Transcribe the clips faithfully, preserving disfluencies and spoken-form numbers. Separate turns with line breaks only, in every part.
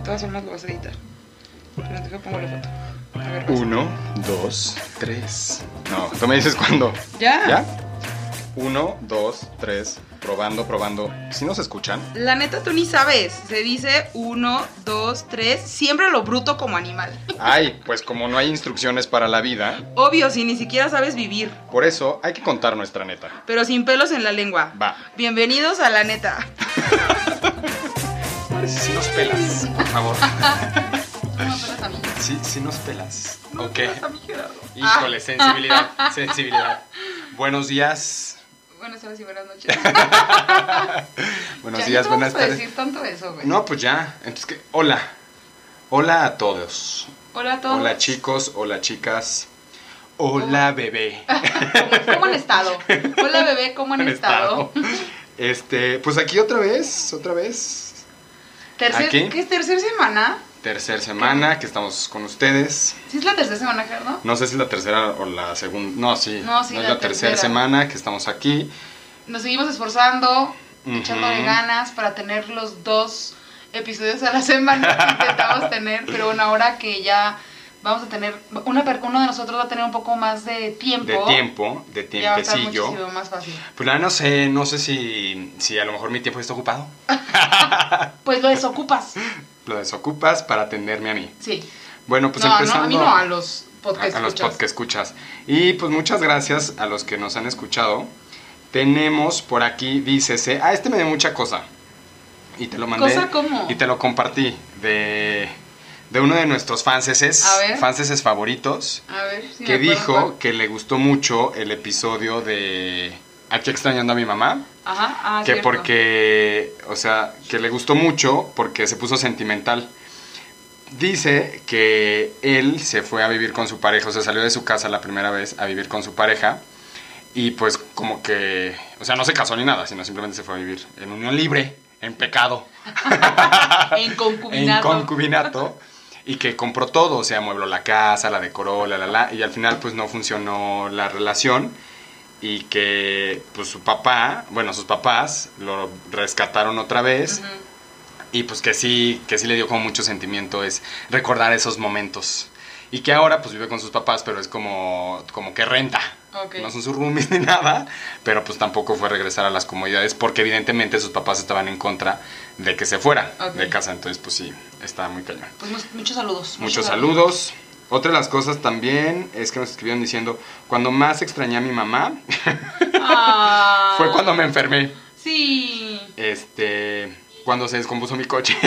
todas formas lo vas a editar. Pero te pongo la foto. A ver,
Uno, dos, tres. No, tú me dices cuándo.
¿Ya?
¿Ya? Uno, dos, tres. Probando, probando. ¿Sí nos escuchan?
La neta, tú ni sabes. Se dice uno, dos, tres. Siempre lo bruto como animal.
Ay, pues como no hay instrucciones para la vida,
Obvio, si ni siquiera sabes vivir.
por eso hay que contar nuestra neta.
Pero sin pelos en la lengua.
Va.
Bienvenidos a la neta.
Si nos pelas, por favor.
No me pelas a mí.
Sí, sí nos pelas.
No me
Ok.
pelas a mí, Gerardo.
Híjole, sensibilidad, sensibilidad. Buenos días.
Buenas tardes y buenas noches.
Buenos
Ya,
días,
no te
buenas
vamos a
tardes.
decir tanto eso, güey.
No, pues ya. Entonces, ¿qué? Hola. Hola a todos.
Hola a todos.
Hola chicos, hola chicas. Hola bebé.
¿Cómo, cómo han estado? Hola, bebé, ¿cómo han
Han
estado?
Este, pues aquí otra vez, otra vez.
Tercer,
¿Aquí?
¿Qué es tercera semana?
Tercer semana que estamos con ustedes.
¿Sí es la tercera semana, Gerardo?
No sé si la tercera o la segunda. No, sí.
No, sí,
es
la
la tercera
tercera.
semana que estamos aquí.
Nos seguimos esforzando,
Ujú.
echándole ganas para tener los dos episodios a la semana que intentamos tener, pero bueno, ahora que ya vamos a tener, una, per- uno de nosotros va a tener un poco más de tiempo.
De tiempo, de
Ya va a estar
tiempecillo.
muchísimo más fácil.
Pues la no sé, no sé si, si a lo mejor mi tiempo está ocupado.
Pues lo desocupas.
Lo desocupas para atenderme a mí.
Sí.
Bueno, pues
no,
empezando.
no, a mí no, a los
a,
podcast
a los
escuchas.
podcast escuchas. Y pues muchas gracias a los que nos han escuchado. Tenemos por aquí, dícese, ah, este me dio mucha cosa. Y te lo mandé.
¿Cosa cómo?
Y te lo compartí de, de uno de nuestros fanses,
A ver.
fanses favoritos,
A ver si
que
me acuerdo
dijo
cuál.
que le gustó mucho el episodio de Aquí extrañando a mi mamá.
Ajá, ah,
Que
cierto.
porque, o sea, que le gustó mucho porque se puso sentimental. Dice que él se fue a vivir con su pareja, o sea, salió de su casa la primera vez a vivir con su pareja y pues como que, o sea, no se casó ni nada, sino simplemente se fue a vivir en unión libre, en pecado,
En concubinato.
en concubinato, y que compró todo, o sea, amuebló la casa, la decoró, la, la, la, y al final pues no funcionó la relación. Y que pues su papá, bueno, sus papás lo rescataron otra vez.
Ujú.
Y pues que sí, que sí le dio como mucho sentimiento es recordar esos momentos. Y que ahora pues vive con sus papás, pero es como, como que renta.
Ok.
No son sus roomies ni nada, pero pues tampoco fue regresar a las comodidades porque evidentemente sus papás estaban en contra de que se fuera
Ok.
de casa. Entonces pues sí, estaba muy cañón.
Pues mu- muchos saludos.
Muchos saludos. Otra de las cosas también es que nos escribieron diciendo, cuando más extrañé a mi mamá
Ah.
fue cuando me enfermé.
Sí.
Este, cuando se descompuso mi coche.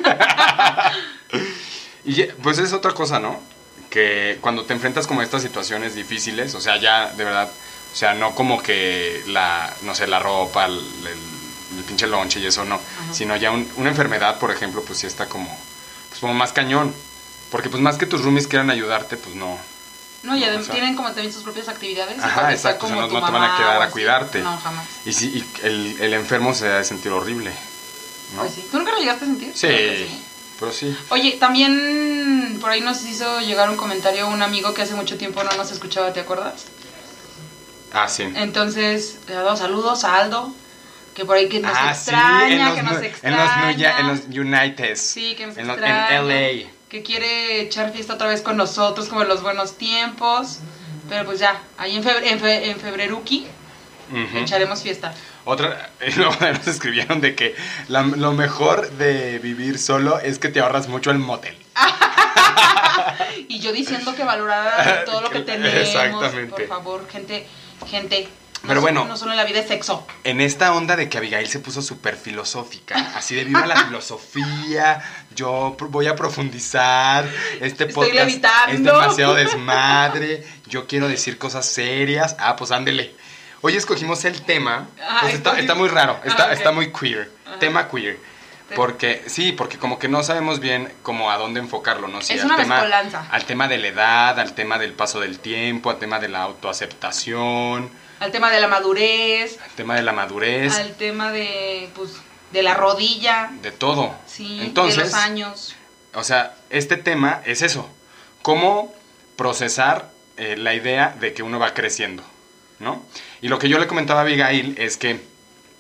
Y ya, pues es otra cosa, ¿no? Que cuando te enfrentas como a estas situaciones difíciles, o sea, ya de verdad, o sea, no como que la, no sé, la ropa, el, el, el pinche lonche y eso, no,
Ajá.
sino ya un- una enfermedad, por ejemplo, pues sí está como, pues como más cañón. Porque pues más que tus roomies quieran ayudarte, pues no.
No, y
No,
además
o sea-
tienen como también sus propias actividades. y
Ajá,
cuando está
exacto, o sea,
como
no-
tu
no te van a
mamá
quedar
o
a
así,
cuidarte.
No, jamás.
Y sí, y el, el enfermo se ha de sentir horrible, ¿no?
Pues sí. ¿Tú nunca lo llegaste a sentir?
Sí,
Creo que
pero sí.
Oye, también por ahí nos hizo llegar un comentario un amigo que hace mucho tiempo no nos escuchaba, ¿te acuerdas?
Ah, sí.
Entonces, le damos saludos a Aldo, que por ahí que nos
ah,
extraña,
sí, en los,
que nos
nu-
extraña.
En los, Nuya- en los Uniteds.
Sí, que nos
en, los-
extraña.
en L A.
Que quiere echar fiesta otra vez con nosotros, como en los buenos tiempos. Pero pues ya, ahí en, febre, en, fe, en febreruki
Ujú.
echaremos fiesta.
Otra, y luego nos escribieron de que la- lo mejor de vivir solo es que te ahorras mucho el motel.
Y yo diciendo que valorara todo lo que tenemos.
Exactamente.
Por favor, gente, gente.
Pero
no,
bueno.
No solo en la vida es sexo.
En esta onda de que Abigail se puso súper filosófica, así de viva la filosofía, yo pr- voy a profundizar, este
Estoy
podcast
levitando.
es demasiado desmadre, yo quiero decir cosas serias, ah, pues ándele. Hoy escogimos el tema,
Ah,
pues está,
escogimos-
está muy raro, está,
Ah, ok.
está muy queer,
Ajá.
tema queer. Porque, sí, porque como que no sabemos bien como a dónde enfocarlo, ¿no? Si
Es
al
una
tema,
mezcolanza.
al tema de la edad, al tema del paso del tiempo, al tema de la autoaceptación,
Al tema de la madurez,
al tema de la madurez,
al tema de, pues, de la rodilla,
de todo.
sí,
Entonces,
de los años.
o sea, este tema es eso. Cómo procesar eh, la idea de que uno va creciendo, ¿no? Y lo que yo le comentaba a Abigail es que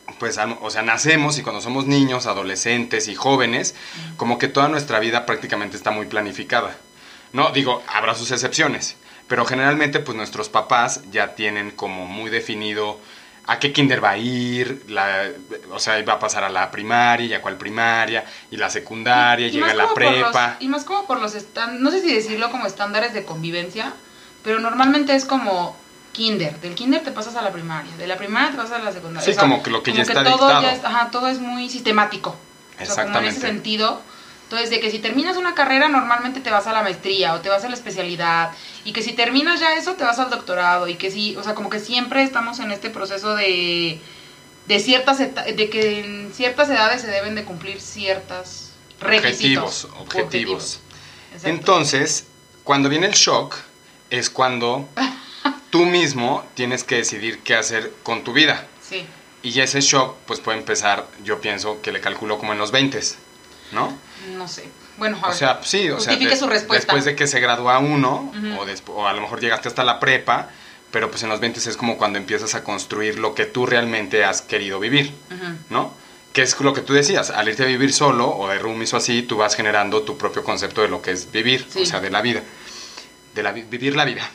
pues, o sea, nacemos y cuando somos niños, adolescentes y jóvenes, como que toda nuestra vida prácticamente está muy planificada. No, digo, habrá sus excepciones, pero generalmente pues nuestros papás ya tienen como muy definido a qué kinder va a ir, la, o sea, va a pasar a la primaria, y a cuál primaria, y la secundaria, y, y llega a la prepa.
Los, y más como por los, están, no sé si decirlo como estándares de convivencia, pero normalmente es como kinder, del kinder te pasas a la primaria, de la primaria te pasas a la secundaria.
Sí,
o sea,
como que lo que
como
ya
que
está
todo
dictado.
Ya es, ajá, todo es muy sistemático.
Exactamente.
O sea, como en ese sentido. Entonces, de que si terminas una carrera, normalmente te vas a la maestría o te vas a la especialidad. Y que si terminas ya eso, te vas al doctorado. Y que sí, o sea, como que siempre estamos en este proceso de, de ciertas de que en ciertas edades se deben de cumplir ciertas requisitos.
Objetivos, objetivos. objetivos. Entonces, cuando viene el shock, es cuando tú mismo tienes que decidir qué hacer con tu vida.
Sí.
Y ese shock, pues puede empezar, yo pienso que le calculo como en los veintes, ¿no?
No sé. Bueno, a
o
ver,
sea, sí, o sea, de,
su respuesta.
después de que se gradúa uno,
uh-huh.
o, desp- o a lo mejor llegaste hasta la prepa, pero pues en los veinte es como cuando empiezas a construir lo que tú realmente has querido vivir,
uh-huh.
¿no? Que es lo que tú decías, al irte a vivir solo o de roomies o así, tú vas generando tu propio concepto de lo que es vivir,
sí.
o sea, de la vida, de la vi- vivir la vida.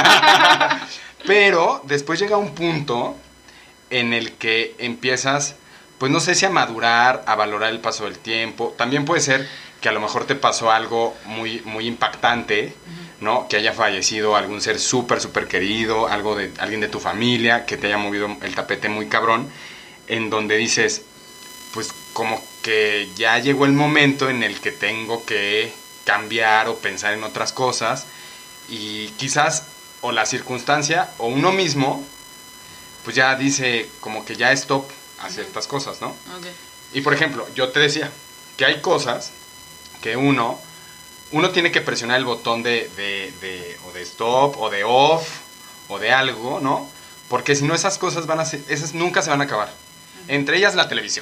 Pero después llega un punto en el que empiezas, pues no sé si a madurar, a valorar el paso del tiempo. También puede ser que a lo mejor te pasó algo muy, muy impactante, uh-huh. ¿no? Que haya fallecido algún ser súper, súper querido, algo de, alguien de tu familia, que te haya movido el tapete muy cabrón, en donde dices, pues como que ya llegó el momento en el que tengo que cambiar o pensar en otras cosas, y quizás o la circunstancia o uno mismo, pues ya dice como que ya stop a ciertas uh-huh. cosas, ¿no?
Okay.
Y por ejemplo, yo te decía que hay cosas que uno, uno tiene que presionar el botón de, de, de, o de stop, o de off, o de algo, ¿no? Porque si no esas cosas van a ser, esas nunca se van a acabar. Uh-huh. Entre ellas la televisión.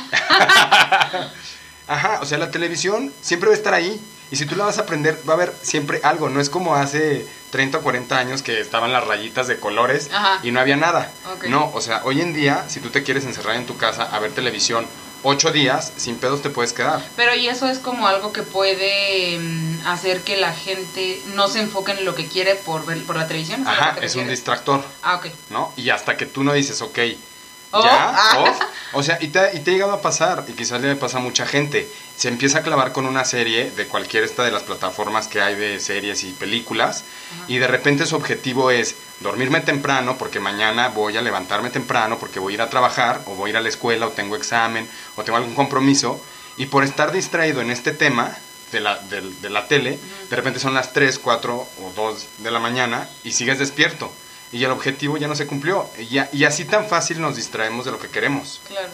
Ajá, o sea, la televisión siempre va a estar ahí. Y si tú la vas a aprender, va a haber siempre algo. No es como hace treinta o cuarenta años que estaban las rayitas de colores
Ajá.
y no había nada.
Okay.
No, o sea, hoy en día, si tú te quieres encerrar en tu casa a ver televisión ocho días, sin pedos te puedes quedar.
Pero y eso es como algo que puede um, hacer que la gente no se enfoque en lo que quiere por ver por la televisión.
Ajá, es un distractor.
Ah, ok.
¿No? Y hasta que tú no dices, ok,
oh,
ya,
ah.
off. O sea, y te, y te ha llegado a pasar, y quizás le pasa a mucha gente, se empieza a clavar con una serie de cualquier esta de las plataformas que hay de series y películas, ajá. Y de repente su objetivo es dormirme temprano porque mañana voy a levantarme temprano porque voy a ir a trabajar, o voy a ir a la escuela, o tengo examen, o tengo algún compromiso, y por estar distraído en este tema de la, de, de la tele, uh-huh. De repente son las tres, cuatro o dos de la mañana y sigues despierto. Y el objetivo ya no se cumplió. Y, ya, y así tan fácil nos distraemos de lo que queremos.
Claro.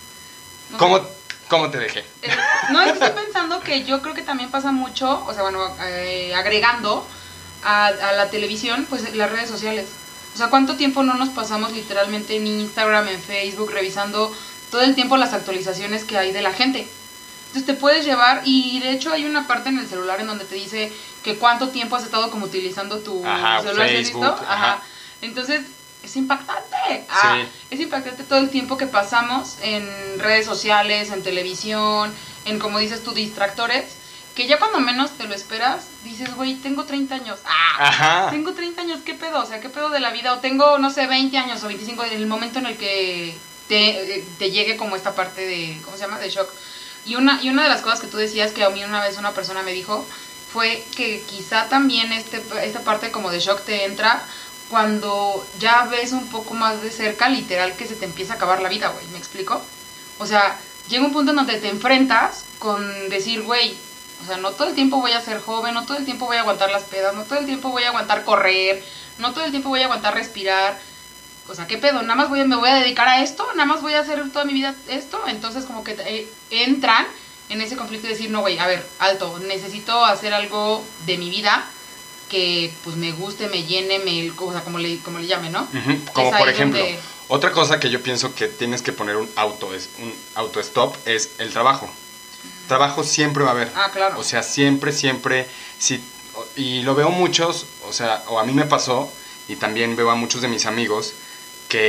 No,
¿Cómo, ¿Cómo te dejé?
Eh, no, es que estoy pensando que yo creo que también pasa mucho, o sea, bueno, eh, agregando a, a la televisión, pues las redes sociales. O sea, ¿cuánto tiempo no nos pasamos literalmente en Instagram, en Facebook, revisando todo el tiempo las actualizaciones que hay de la gente? Entonces te puedes llevar, y de hecho hay una parte en el celular en donde te dice que cuánto tiempo has estado como utilizando tu
ajá,
celular,
Facebook,
¿has visto?
Ajá.
Ajá. Entonces, es impactante. Ah,
sí.
Es impactante todo el tiempo que pasamos en redes sociales, en televisión, en, como dices tú, distractores, que ya cuando menos te lo esperas, dices, güey, tengo treinta años. Ah,
ajá.
Tengo treinta años, ¿qué pedo? O sea, ¿qué pedo de la vida? O tengo, no sé, veinte años o veinticinco, en el momento en el que te, te llegue como esta parte de, ¿cómo se llama? De shock. Y una, y una de las cosas que tú decías, que a mí una vez una persona me dijo, fue que quizá también este, esta parte como de shock te entra cuando ya ves un poco más de cerca, literal, que se te empieza a acabar la vida, güey, ¿me explico? O sea, llega un punto en donde te enfrentas con decir, güey, o sea, no todo el tiempo voy a ser joven, no todo el tiempo voy a aguantar las pedas, no todo el tiempo voy a aguantar correr, no todo el tiempo voy a aguantar respirar. O sea, ¿qué pedo? Nada más voy a, me voy a dedicar a esto, nada más voy a hacer toda mi vida esto. Entonces como que eh, entran en ese conflicto y decir, no, güey, a ver, alto, necesito hacer algo de mi vida que pues me guste, me llene, me, o sea, como le, como le llame, ¿no?
Uh-huh. Como por ejemplo, donde... otra cosa que yo pienso que tienes que poner un auto, es un auto stop, es el trabajo. Uh-huh. Trabajo siempre va a haber.
Ah, claro.
O sea, siempre, siempre, si, y lo veo muchos, o sea, o a mí me pasó, y también veo a muchos de mis amigos, que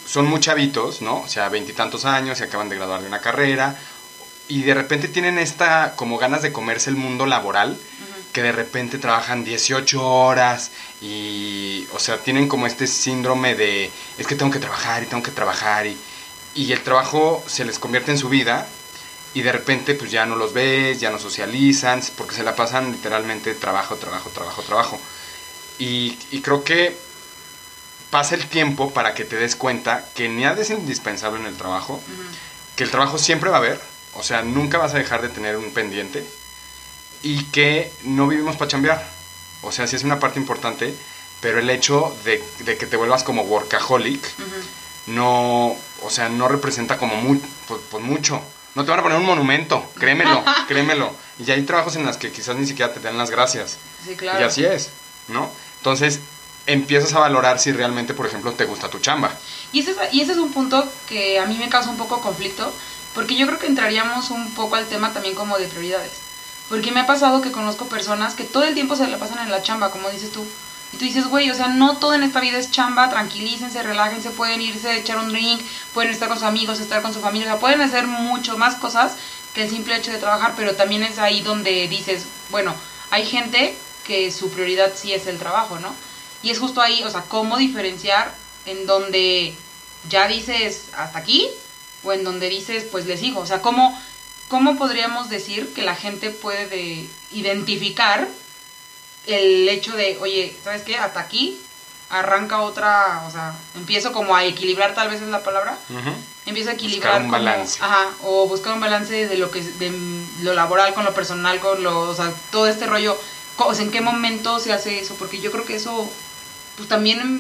son muy chavitos, ¿no? O sea, veintitantos años, se acaban de graduar de una carrera y de repente tienen esta como ganas de comerse el mundo laboral, uh-huh. que de repente trabajan dieciocho horas y, o sea, tienen como este síndrome de, es que tengo que trabajar y tengo que trabajar y, y el trabajo se les convierte en su vida y de repente pues ya no los ves, ya no socializan, porque se la pasan literalmente trabajo, trabajo, trabajo, trabajo. Y, y creo que pasa el tiempo para que te des cuenta que nada es indispensable en el trabajo, uh-huh. que el trabajo siempre va a haber, o sea, nunca vas a dejar de tener un pendiente y que no vivimos para chambear. O sea, sí es una parte importante, pero el hecho de, de que te vuelvas como workaholic, uh-huh. no, o sea, no representa como muy, pues, pues mucho. No te van a poner un monumento, créemelo, créemelo. Y hay trabajos en los que quizás ni siquiera te dan las gracias.
Sí, claro.
Y así es, ¿no? Entonces empiezas a valorar si realmente, por ejemplo, te gusta tu chamba.
Y ese, es, y ese es un punto que a mí me causa un poco conflicto, porque yo creo que entraríamos un poco al tema también como de prioridades. Porque me ha pasado que conozco personas que todo el tiempo se la pasan en la chamba, como dices tú. Y tú dices, güey, o sea, no todo en esta vida es chamba, tranquilícense, relájense, pueden irse a echar un drink, pueden estar con sus amigos, estar con su familia, o sea, pueden hacer mucho más cosas que el simple hecho de trabajar, pero también es ahí donde dices, bueno, hay gente que su prioridad sí es el trabajo, ¿no? Y es justo ahí, o sea, cómo diferenciar en donde ya dices hasta aquí o en donde dices pues le sigo. O sea, cómo, cómo podríamos decir que la gente puede de identificar el hecho de, oye, ¿sabes qué? Hasta aquí arranca otra, o sea, empiezo como a equilibrar, tal vez es la palabra. Uh-huh. Empiezo a equilibrar.
Buscar un
como,
balance.
Ajá, o buscar un balance de lo que de lo laboral con lo personal, con lo, o sea, todo este rollo. O sea, ¿en qué momento se hace eso? Porque yo creo que eso pues también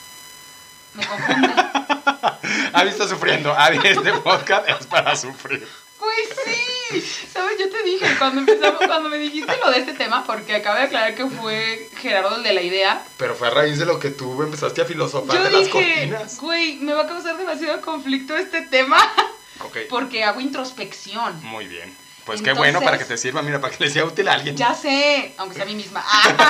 me confunde.
Abby está sufriendo. Abby, este podcast es para sufrir.
Pues sí, ¿sabes? Yo te dije, cuando empezamos, cuando me dijiste lo de este tema, porque acabo de aclarar que fue Gerardo el de la idea.
Pero fue a raíz de lo que tú empezaste a filosofar
yo
de
dije,
las cortinas.
Güey, me va a causar demasiado conflicto este tema.
Okay.
Porque hago introspección.
Muy bien. Pues
Entonces,
qué bueno, para que te sirva, mira, para que le sea útil a alguien.
Ya sé, aunque sea a mí misma.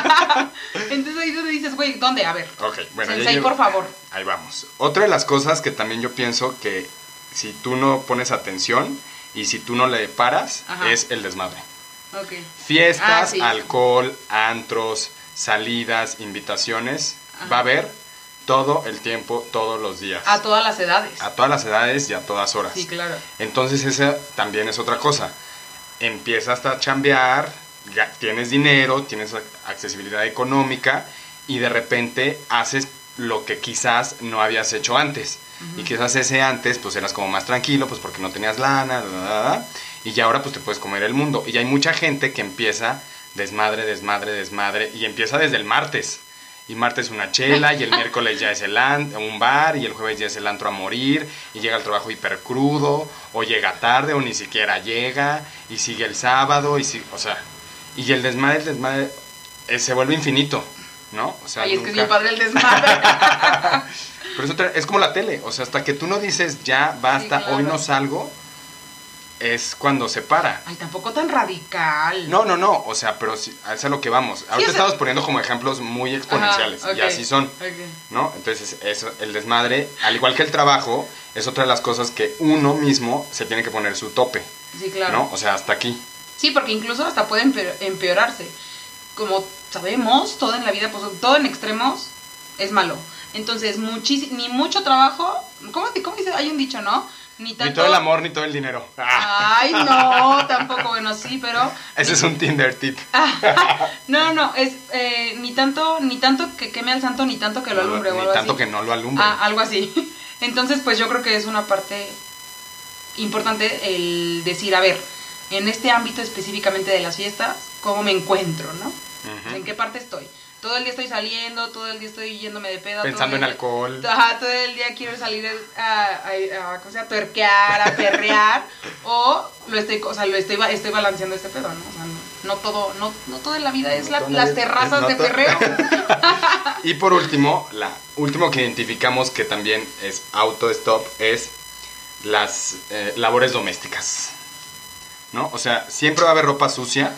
Entonces ahí tú dices, güey, ¿dónde? A ver.
Ok, bueno.
Sensei, llevo... por favor.
Ahí vamos. Otra de las cosas que también yo pienso que si tú no pones atención y si tú no le paras, ajá, es el desmadre.
Ok.
Fiestas,
ah, sí,
alcohol, antros, salidas, invitaciones, ajá, va a haber todo el tiempo, todos los días.
A todas las edades.
A todas las edades y a todas horas.
Sí, claro.
Entonces esa también es otra cosa. Empiezas a chambear, tienes dinero, tienes accesibilidad económica y de repente haces lo que quizás no habías hecho antes. Uh-huh. Y quizás ese antes pues eras como más tranquilo, pues porque no tenías lana, bla, bla, bla, y ya ahora pues te puedes comer el mundo. Y hay mucha gente que empieza desmadre, desmadre, desmadre y empieza desde el martes. Y martes una chela, y el miércoles ya es el an- un bar, y el jueves ya es el antro a morir, y llega al trabajo hiper crudo, o llega tarde, o ni siquiera llega, y sigue el sábado, y si, o sea, y el desmadre, el desmadre eh, se vuelve infinito, ¿no? O sea,
ay, es
nunca...
que es bien padre el desmadre.
Pero eso te, es como la tele, o sea, hasta que tú no dices, ya, basta, sí, claro, hoy no salgo, es cuando se para.
Ay, tampoco tan radical.
No, no, no, o sea, pero sí, es a lo que vamos. Ahorita sí, o sea, estamos poniendo como ejemplos muy exponenciales, ajá, okay, y así son,
okay,
¿no? Entonces, eso, el desmadre, al igual que el trabajo, es otra de las cosas que uno mismo se tiene que poner su tope.
Sí, claro.
¿No? O sea, hasta aquí.
Sí, porque incluso hasta puede empeorarse. Como sabemos, todo en la vida, pues todo en extremos es malo. Entonces, muchis- ni mucho trabajo, ¿cómo, cómo dice? Hay un dicho, ¿no? Ni, tanto...
ni todo el amor, ni todo el dinero.
Ay, no, tampoco, bueno, sí, pero...
Ese
ni...
es un Tinder tip.
no, no, es eh, ni tanto ni tanto que queme al santo, ni tanto que lo
no,
alumbre.
Ni
o algo
tanto
así.
que no lo alumbre.
Ah, algo así. Entonces, pues yo creo que es una parte importante el decir, a ver, en este ámbito específicamente de las fiestas, ¿cómo me encuentro, no? Uh-huh. ¿En qué parte estoy? Todo el día estoy saliendo, todo el día estoy yéndome de pedo.
Pensando en
día,
alcohol.
Ajá, todo el día quiero salir a, a, a, ¿cómo se llama? Tuerquear, a perrear, o lo estoy, o sea, lo estoy, estoy balanceando este pedo, ¿no? O sea, no, no todo, no, no todo en la vida es la, las terrazas de perreo.
Y por último, la último que identificamos que también es auto-stop es las eh, labores domésticas, ¿no? O sea, siempre va a haber ropa sucia.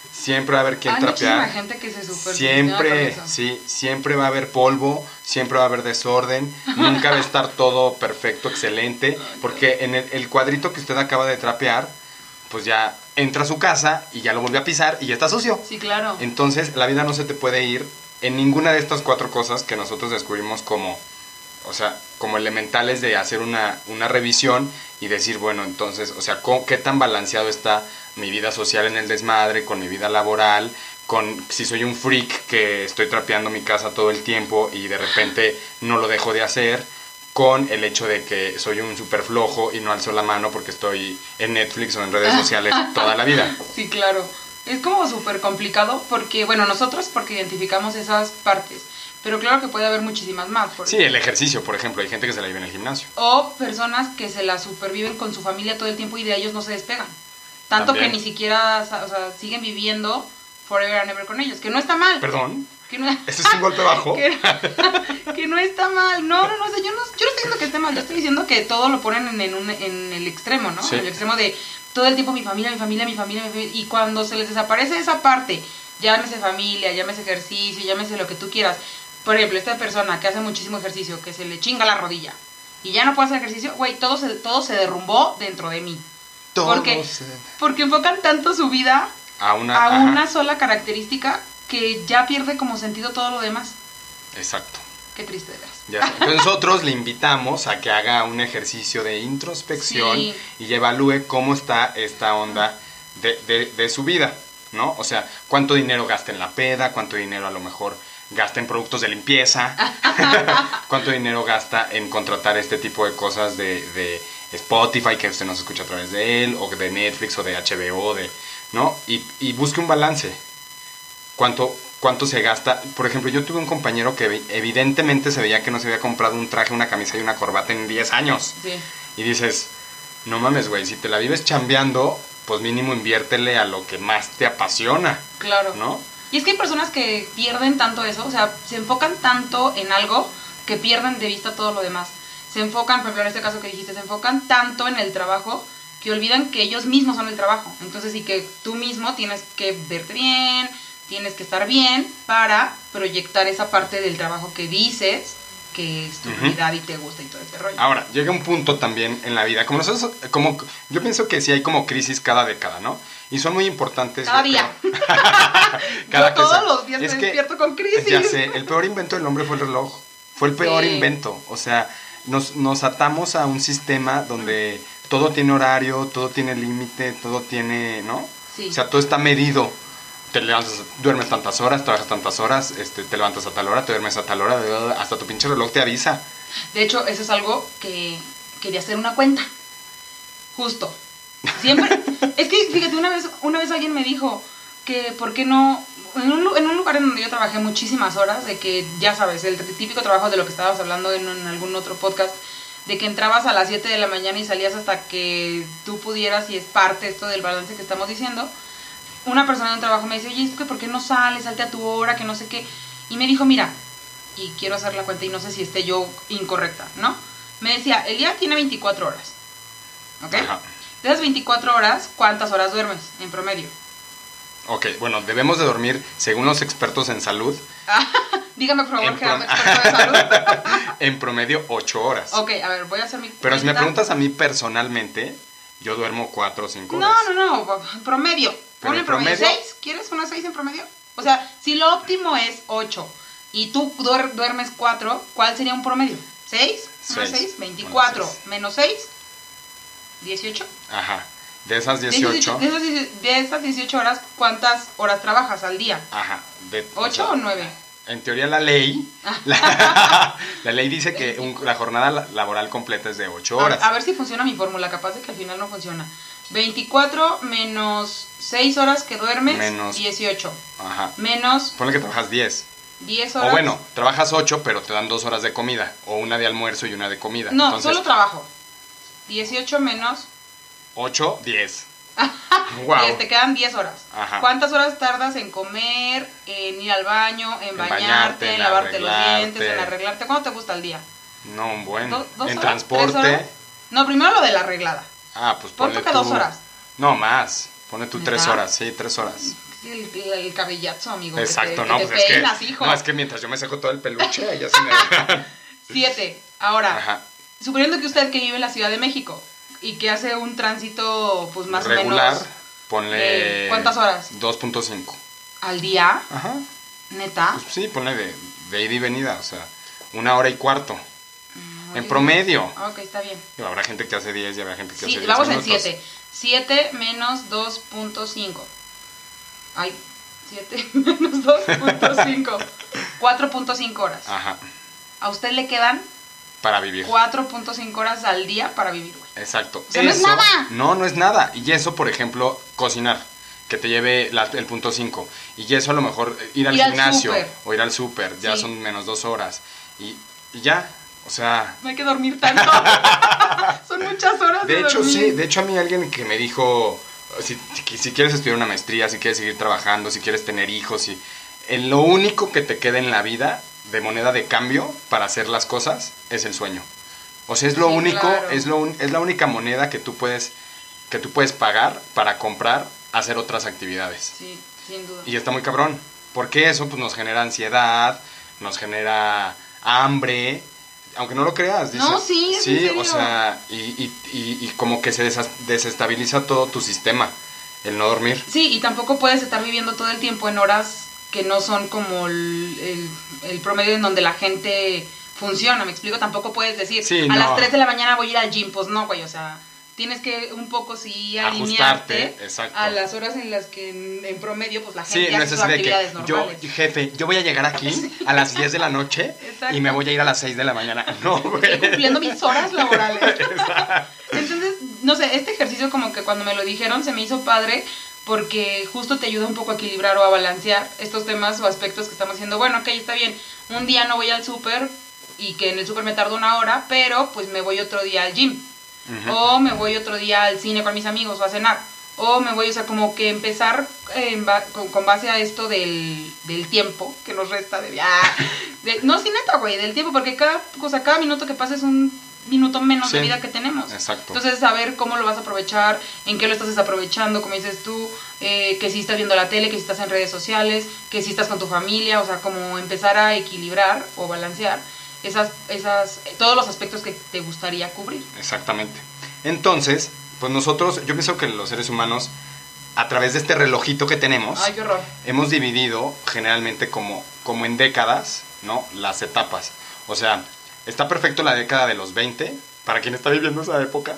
siempre va a haber quien
Hay
trapear.
muchísima gente que se super
Siempre, sí, siempre va a haber polvo, siempre va a haber desorden, nunca va a estar todo perfecto, excelente, porque en el, el cuadrito que usted acaba de trapear, pues ya entra a su casa y ya lo volvió a pisar y ya está sucio.
Sí, claro.
Entonces, la vida no se te puede ir en ninguna de estas cuatro cosas que nosotros descubrimos como, o sea, como elementales de hacer una, una revisión y decir, bueno, entonces, o sea, ¿qué tan balanceado está mi vida social en el desmadre, con mi vida laboral, con si soy un freak que estoy trapeando mi casa todo el tiempo y de repente no lo dejo de hacer, con el hecho de que soy un súper flojo y no alzo la mano porque estoy en Netflix o en redes sociales toda la vida.
Sí, claro. Es como súper complicado porque, bueno, nosotros porque identificamos esas partes, pero claro que puede haber muchísimas más.
Sí, el ejercicio, por ejemplo, hay gente que se la vive en el gimnasio.
O personas que se la superviven con su familia todo el tiempo y de ellos no se despegan. Tanto También. que ni siquiera, o sea, siguen viviendo forever and ever con ellos, que no está mal.
¿Perdón?
Que no,
¿Eso es un golpe bajo?
que, que no está mal. No, no, no, o sea, yo no, yo no estoy diciendo que esté mal, yo estoy diciendo que todo lo ponen en, en, un, en el extremo, ¿no?
Sí.
En el extremo de todo el tiempo mi familia, mi familia, mi familia, mi familia, y cuando se les desaparece esa parte, llámese familia, llámese ejercicio, llámese lo que tú quieras. Por ejemplo, esta persona que hace muchísimo ejercicio, que se le chinga la rodilla y ya no puede hacer ejercicio, güey, todo se, todo se derrumbó dentro de mí.
Todo
porque,
se...
porque enfocan tanto su vida
a una,
a
ajá.
una sola característica que ya pierde como sentido todo lo demás.
Exacto.
Qué triste, de veras.
Ya sé. Entonces nosotros le invitamos a que haga un ejercicio de introspección
Sí.
y evalúe cómo está esta onda de, de, de su vida, ¿no? O sea, cuánto dinero gasta en la peda, cuánto dinero a lo mejor gasta en productos de limpieza, cuánto dinero gasta en contratar este tipo de cosas de, de Spotify, que usted nos escucha a través de él, o de Netflix, o de H B O, de, ¿no? Y, y busque un balance. ¿Cuánto, ¿Cuánto se gasta? Por ejemplo, yo tuve un compañero que evidentemente se veía que no se había comprado un traje, una camisa y una corbata en diez años.
Sí.
Y dices, no mames, güey, si te la vives chambeando, pues mínimo inviértele a lo que más te apasiona.
Claro.
¿No?
Y es que hay personas que pierden tanto eso, o sea, se enfocan tanto en algo que pierden de vista todo lo demás. Se enfocan, por ejemplo, en este caso que dijiste, se enfocan tanto en el trabajo que olvidan que ellos mismos son el trabajo. Entonces, y que tú mismo tienes que verte bien, tienes que estar bien para proyectar esa parte del trabajo que dices que es tu prioridad uh-huh. y te gusta y todo este rollo.
Ahora, llega un punto también en la vida, como nosotros, como yo pienso que sí hay como crisis cada década, ¿no? Y son muy importantes.
Cada día.
cada
yo todos sea, los días me
que,
despierto con crisis.
Ya sé, el peor invento del hombre fue el reloj. Fue el peor
sí.
invento. O sea, nos, nos atamos a un sistema donde todo tiene horario, todo tiene límite, todo tiene, ¿no?
Sí.
O sea, todo está medido. Te levantas, duermes tantas horas, trabajas tantas horas, este, te levantas a tal hora, te duermes a tal hora, hasta tu pinche reloj te avisa.
De hecho, eso es algo que quería hacer una cuenta. Justo. Siempre. Es que, fíjate, una vez, una vez alguien me dijo que, ¿por qué no? En un, en un lugar en donde yo trabajé muchísimas horas, de que, ya sabes, el típico trabajo de lo que estábamos hablando en, en algún otro podcast, de que entrabas a las siete de la mañana y salías hasta que tú pudieras, y es parte esto del balance que estamos diciendo. Una persona en un trabajo me dice, oye, ¿por qué no sales? Salte a tu hora, que no sé qué. Y me dijo, mira, y quiero hacer la cuenta y no sé si esté yo incorrecta, ¿no? Me decía, el día tiene veinticuatro horas, ¿ok?
Ajá.
De esas veinticuatro horas, ¿cuántas horas duermes en promedio?
Ok, bueno, debemos de dormir, según los expertos en salud.
Dígame, por favor,
en
que
pro-
ando experto de salud.
En promedio, ocho horas.
Ok, a ver, voy a hacer mi
Pero si me
cuenta.
preguntas a mí personalmente, yo duermo cuatro o cinco horas.
No, no, no, promedio.
Pero
Ponle
en
promedio.
promedio-
¿Seis? ¿Quieres una seis en promedio? O sea, si lo óptimo es ocho y tú duer- duermes cuatro, ¿cuál sería un promedio? ¿seis? ¿Una
Seis.
seis? veinticuatro
Una seis.
menos seis, dieciocho.
Ajá. De esas
De esas,
dieciocho.
de, esas, dieci- de esas dieciocho horas, ¿cuántas horas trabajas al día?
Ajá. De,
¿ocho
o sea,
o nueve?
En teoría la ley, la, la ley dice que un- la jornada la- laboral completa es de ocho horas.
A, a ver si funciona mi fórmula, capaz de que al final no funciona. veinticuatro menos seis horas que duermes,
Menos-
dieciocho.
Ajá.
Menos
Ponle que trabajas diez.
diez horas.
O bueno, trabajas ocho, pero te dan dos horas de comida. O una de almuerzo y una de comida.
No,
Entonces,
solo trabajo. dieciocho menos
ocho, diez. Wow.
diez, te quedan diez horas.
Ajá.
¿Cuántas horas tardas en comer, en ir al baño, en,
En
bañarte,
bañarte,
en
en
lavarte los
arreglarte.
dientes, en arreglarte? ¿Cuánto te gusta al día?
No, un buen.
¿Do- dos
En
horas?
transporte.
¿Tres horas? No, primero lo de la arreglada.
Ah, pues
Pon
ponle
tú que dos
tú-
horas.
No, más. Pone tú tres
¿Neta?
horas, sí, tres horas.
El, el, el cabellazo, amigo.
Exacto,
que te,
no,
que te
pues
peinas,
es que,
hijo.
no, es que mientras yo me seco todo el peluche, ella se me...
Siete. Ahora,
Ajá.
suponiendo que usted que vive en la Ciudad de México y que hace un tránsito, pues más
regular,
o menos...
ponle...
Eh, ¿Cuántas horas?
dos punto cinco.
¿Al día?
Ajá.
¿Neta?
Pues sí, ponle de, de ida y venida, o sea, una hora y cuarto.
Mm,
En
oye,
promedio.
Ok, está bien.
Y habrá gente que hace diez y habrá gente que
Sí,
hace diez
vamos en
minutos.
siete. siete menos dos punto cinco. Ay, siete menos dos punto cinco. cuatro punto cinco horas.
Ajá.
A usted le quedan
Para vivir.
cuatro punto cinco horas al día para vivir, güey.
Exacto.
O sea, no es nada.
No, no es nada. Y eso, por ejemplo, cocinar, que te lleve la- el punto cinco. Y eso a lo mejor ir al
Ir al
gimnasio
súper.
o ir al súper, ya
Sí.
son menos dos horas. Y, y ya, o sea...
No hay que dormir tanto. Son muchas horas de
De hecho,
dormir.
sí, de hecho a mí alguien que me dijo, si, si, si quieres estudiar una maestría, si quieres seguir trabajando, si quieres tener hijos, si, en lo único que te queda en la vida de moneda de cambio para hacer las cosas es el sueño. O sea, es lo
Sí,
único,
claro.
es, lo, un- es la única moneda que tú puedes que tú puedes pagar para comprar, hacer otras actividades.
Sí, sin duda.
Y está muy cabrón, porque eso pues nos genera ansiedad, nos genera hambre, aunque no lo creas.
No,
dices-
sí, es
sí,
en serio.
o sea, y, y, y, y como que se desas- desestabiliza todo tu sistema, el no dormir.
Sí, y tampoco puedes estar viviendo todo el tiempo en horas que no son como el, el, el promedio en donde la gente funciona, ¿me explico? Tampoco puedes decir,
Sí,
a
no.
las tres de la mañana voy a ir al gym, pues no, güey, o sea, tienes que un poco sí alinearte
Ajustarte, exacto.
a las horas en las que en, en promedio pues la
Sí,
gente
no
hace
es
sus
así de
actividades
que yo,
normales.
jefe, yo voy a llegar aquí a las diez de la noche
Exacto.
y me voy a ir a las seis de la mañana. No, güey.
Estoy cumpliendo mis horas laborales. Entonces, no sé, este ejercicio como que cuando me lo dijeron se me hizo padre porque justo te ayuda un poco a equilibrar o a balancear estos temas o aspectos que estamos haciendo. Bueno, ok, está bien, un día no voy al súper y que en el súper me tardo una hora, pero pues me voy otro día al gym.
Ujú.
O me voy otro día al cine con mis amigos o a cenar. O me voy, o sea, como que empezar en ba- con, con base a esto del, del tiempo que nos resta de, ah, de no, sí, neta, güey, del tiempo, porque cada cosa, cada minuto que pasa es un minuto menos de
Sí,
vida que tenemos.
exacto.
Entonces, saber cómo lo vas a aprovechar, en qué lo estás desaprovechando, como dices tú, eh, que si estás viendo la tele, que si estás en redes sociales, que si estás con tu familia, o sea, como empezar a equilibrar o balancear esas, esas, todos los aspectos que te gustaría cubrir.
Exactamente. Entonces, pues nosotros, yo pienso que los seres humanos, a través de este relojito que tenemos,
Ay, qué horror.
hemos dividido generalmente como, como en décadas, ¿no? Las etapas. O sea, está perfecto la década de los veinte, para quien está viviendo esa época.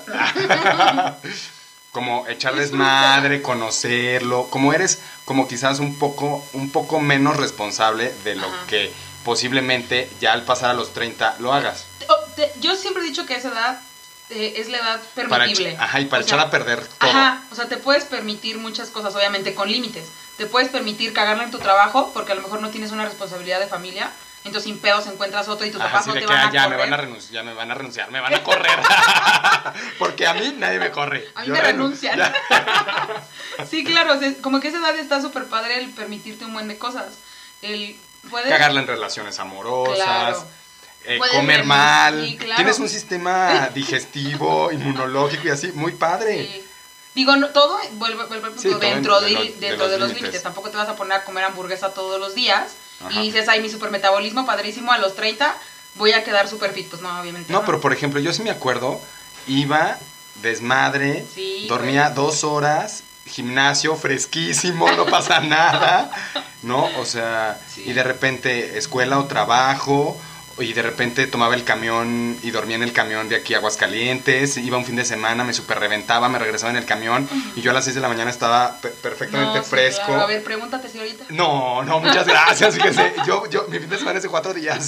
Como echar desmadre, conocerlo, como eres como quizás un poco, un poco menos responsable de lo
Ajá.
que posiblemente ya al pasar a los treinta lo hagas.
Te- oh, te- yo siempre he dicho que esa edad eh, es la edad
Para,
permitible.
ech- ajá, y para
O
echar
sea,
a perder todo.
Ajá, o sea, te puedes permitir muchas cosas, obviamente con límites. Te puedes permitir cagarla en tu trabajo porque a lo mejor no tienes una responsabilidad de familia, entonces sin pedos encuentras otro y tus
Ajá,
papás
así
no
de
te
que
van
ah,
a
ya me
correr.
van a renunciar, ya me van a renunciar, me van a correr. Porque a mí nadie me corre.
A mí
Yo
me
renun-
renuncian.
ya.
Sí, claro, o sea, como que esa edad está súper padre el permitirte un buen de cosas. El puedes
Cagarla en relaciones amorosas,
Claro.
eh,
Puedes
comer
renun-
mal.
sí, claro.
Tienes un sistema digestivo, inmunológico y así, muy padre.
Sí. Digo, no, todo vuelve, vuelve al punto,
Sí, todo
dentro,
de
de,
los- de
dentro
los
de los
límites.
límites. Tampoco te vas a poner a comer hamburguesa todos los días
Ajá.
y dices, ay, mi supermetabolismo padrísimo, a los treinta voy a quedar súper fit. Pues no, obviamente.
No, pero por ejemplo, yo sí me acuerdo, iba desmadre,
Sí,
dormía
güey.
dos horas, gimnasio fresquísimo, no pasa nada, ¿no? O sea,
Sí.
y de repente escuela o trabajo, y de repente tomaba el camión y dormía en el camión de aquí a Aguascalientes, iba un fin de semana, me super reventaba, me regresaba en el camión, y yo a las seis de la mañana estaba pe- perfectamente
No, sí,
fresco.
claro. A ver, pregúntate si ahorita.
No, no, muchas gracias, fíjese, yo, yo, mi fin de semana es de cuatro días.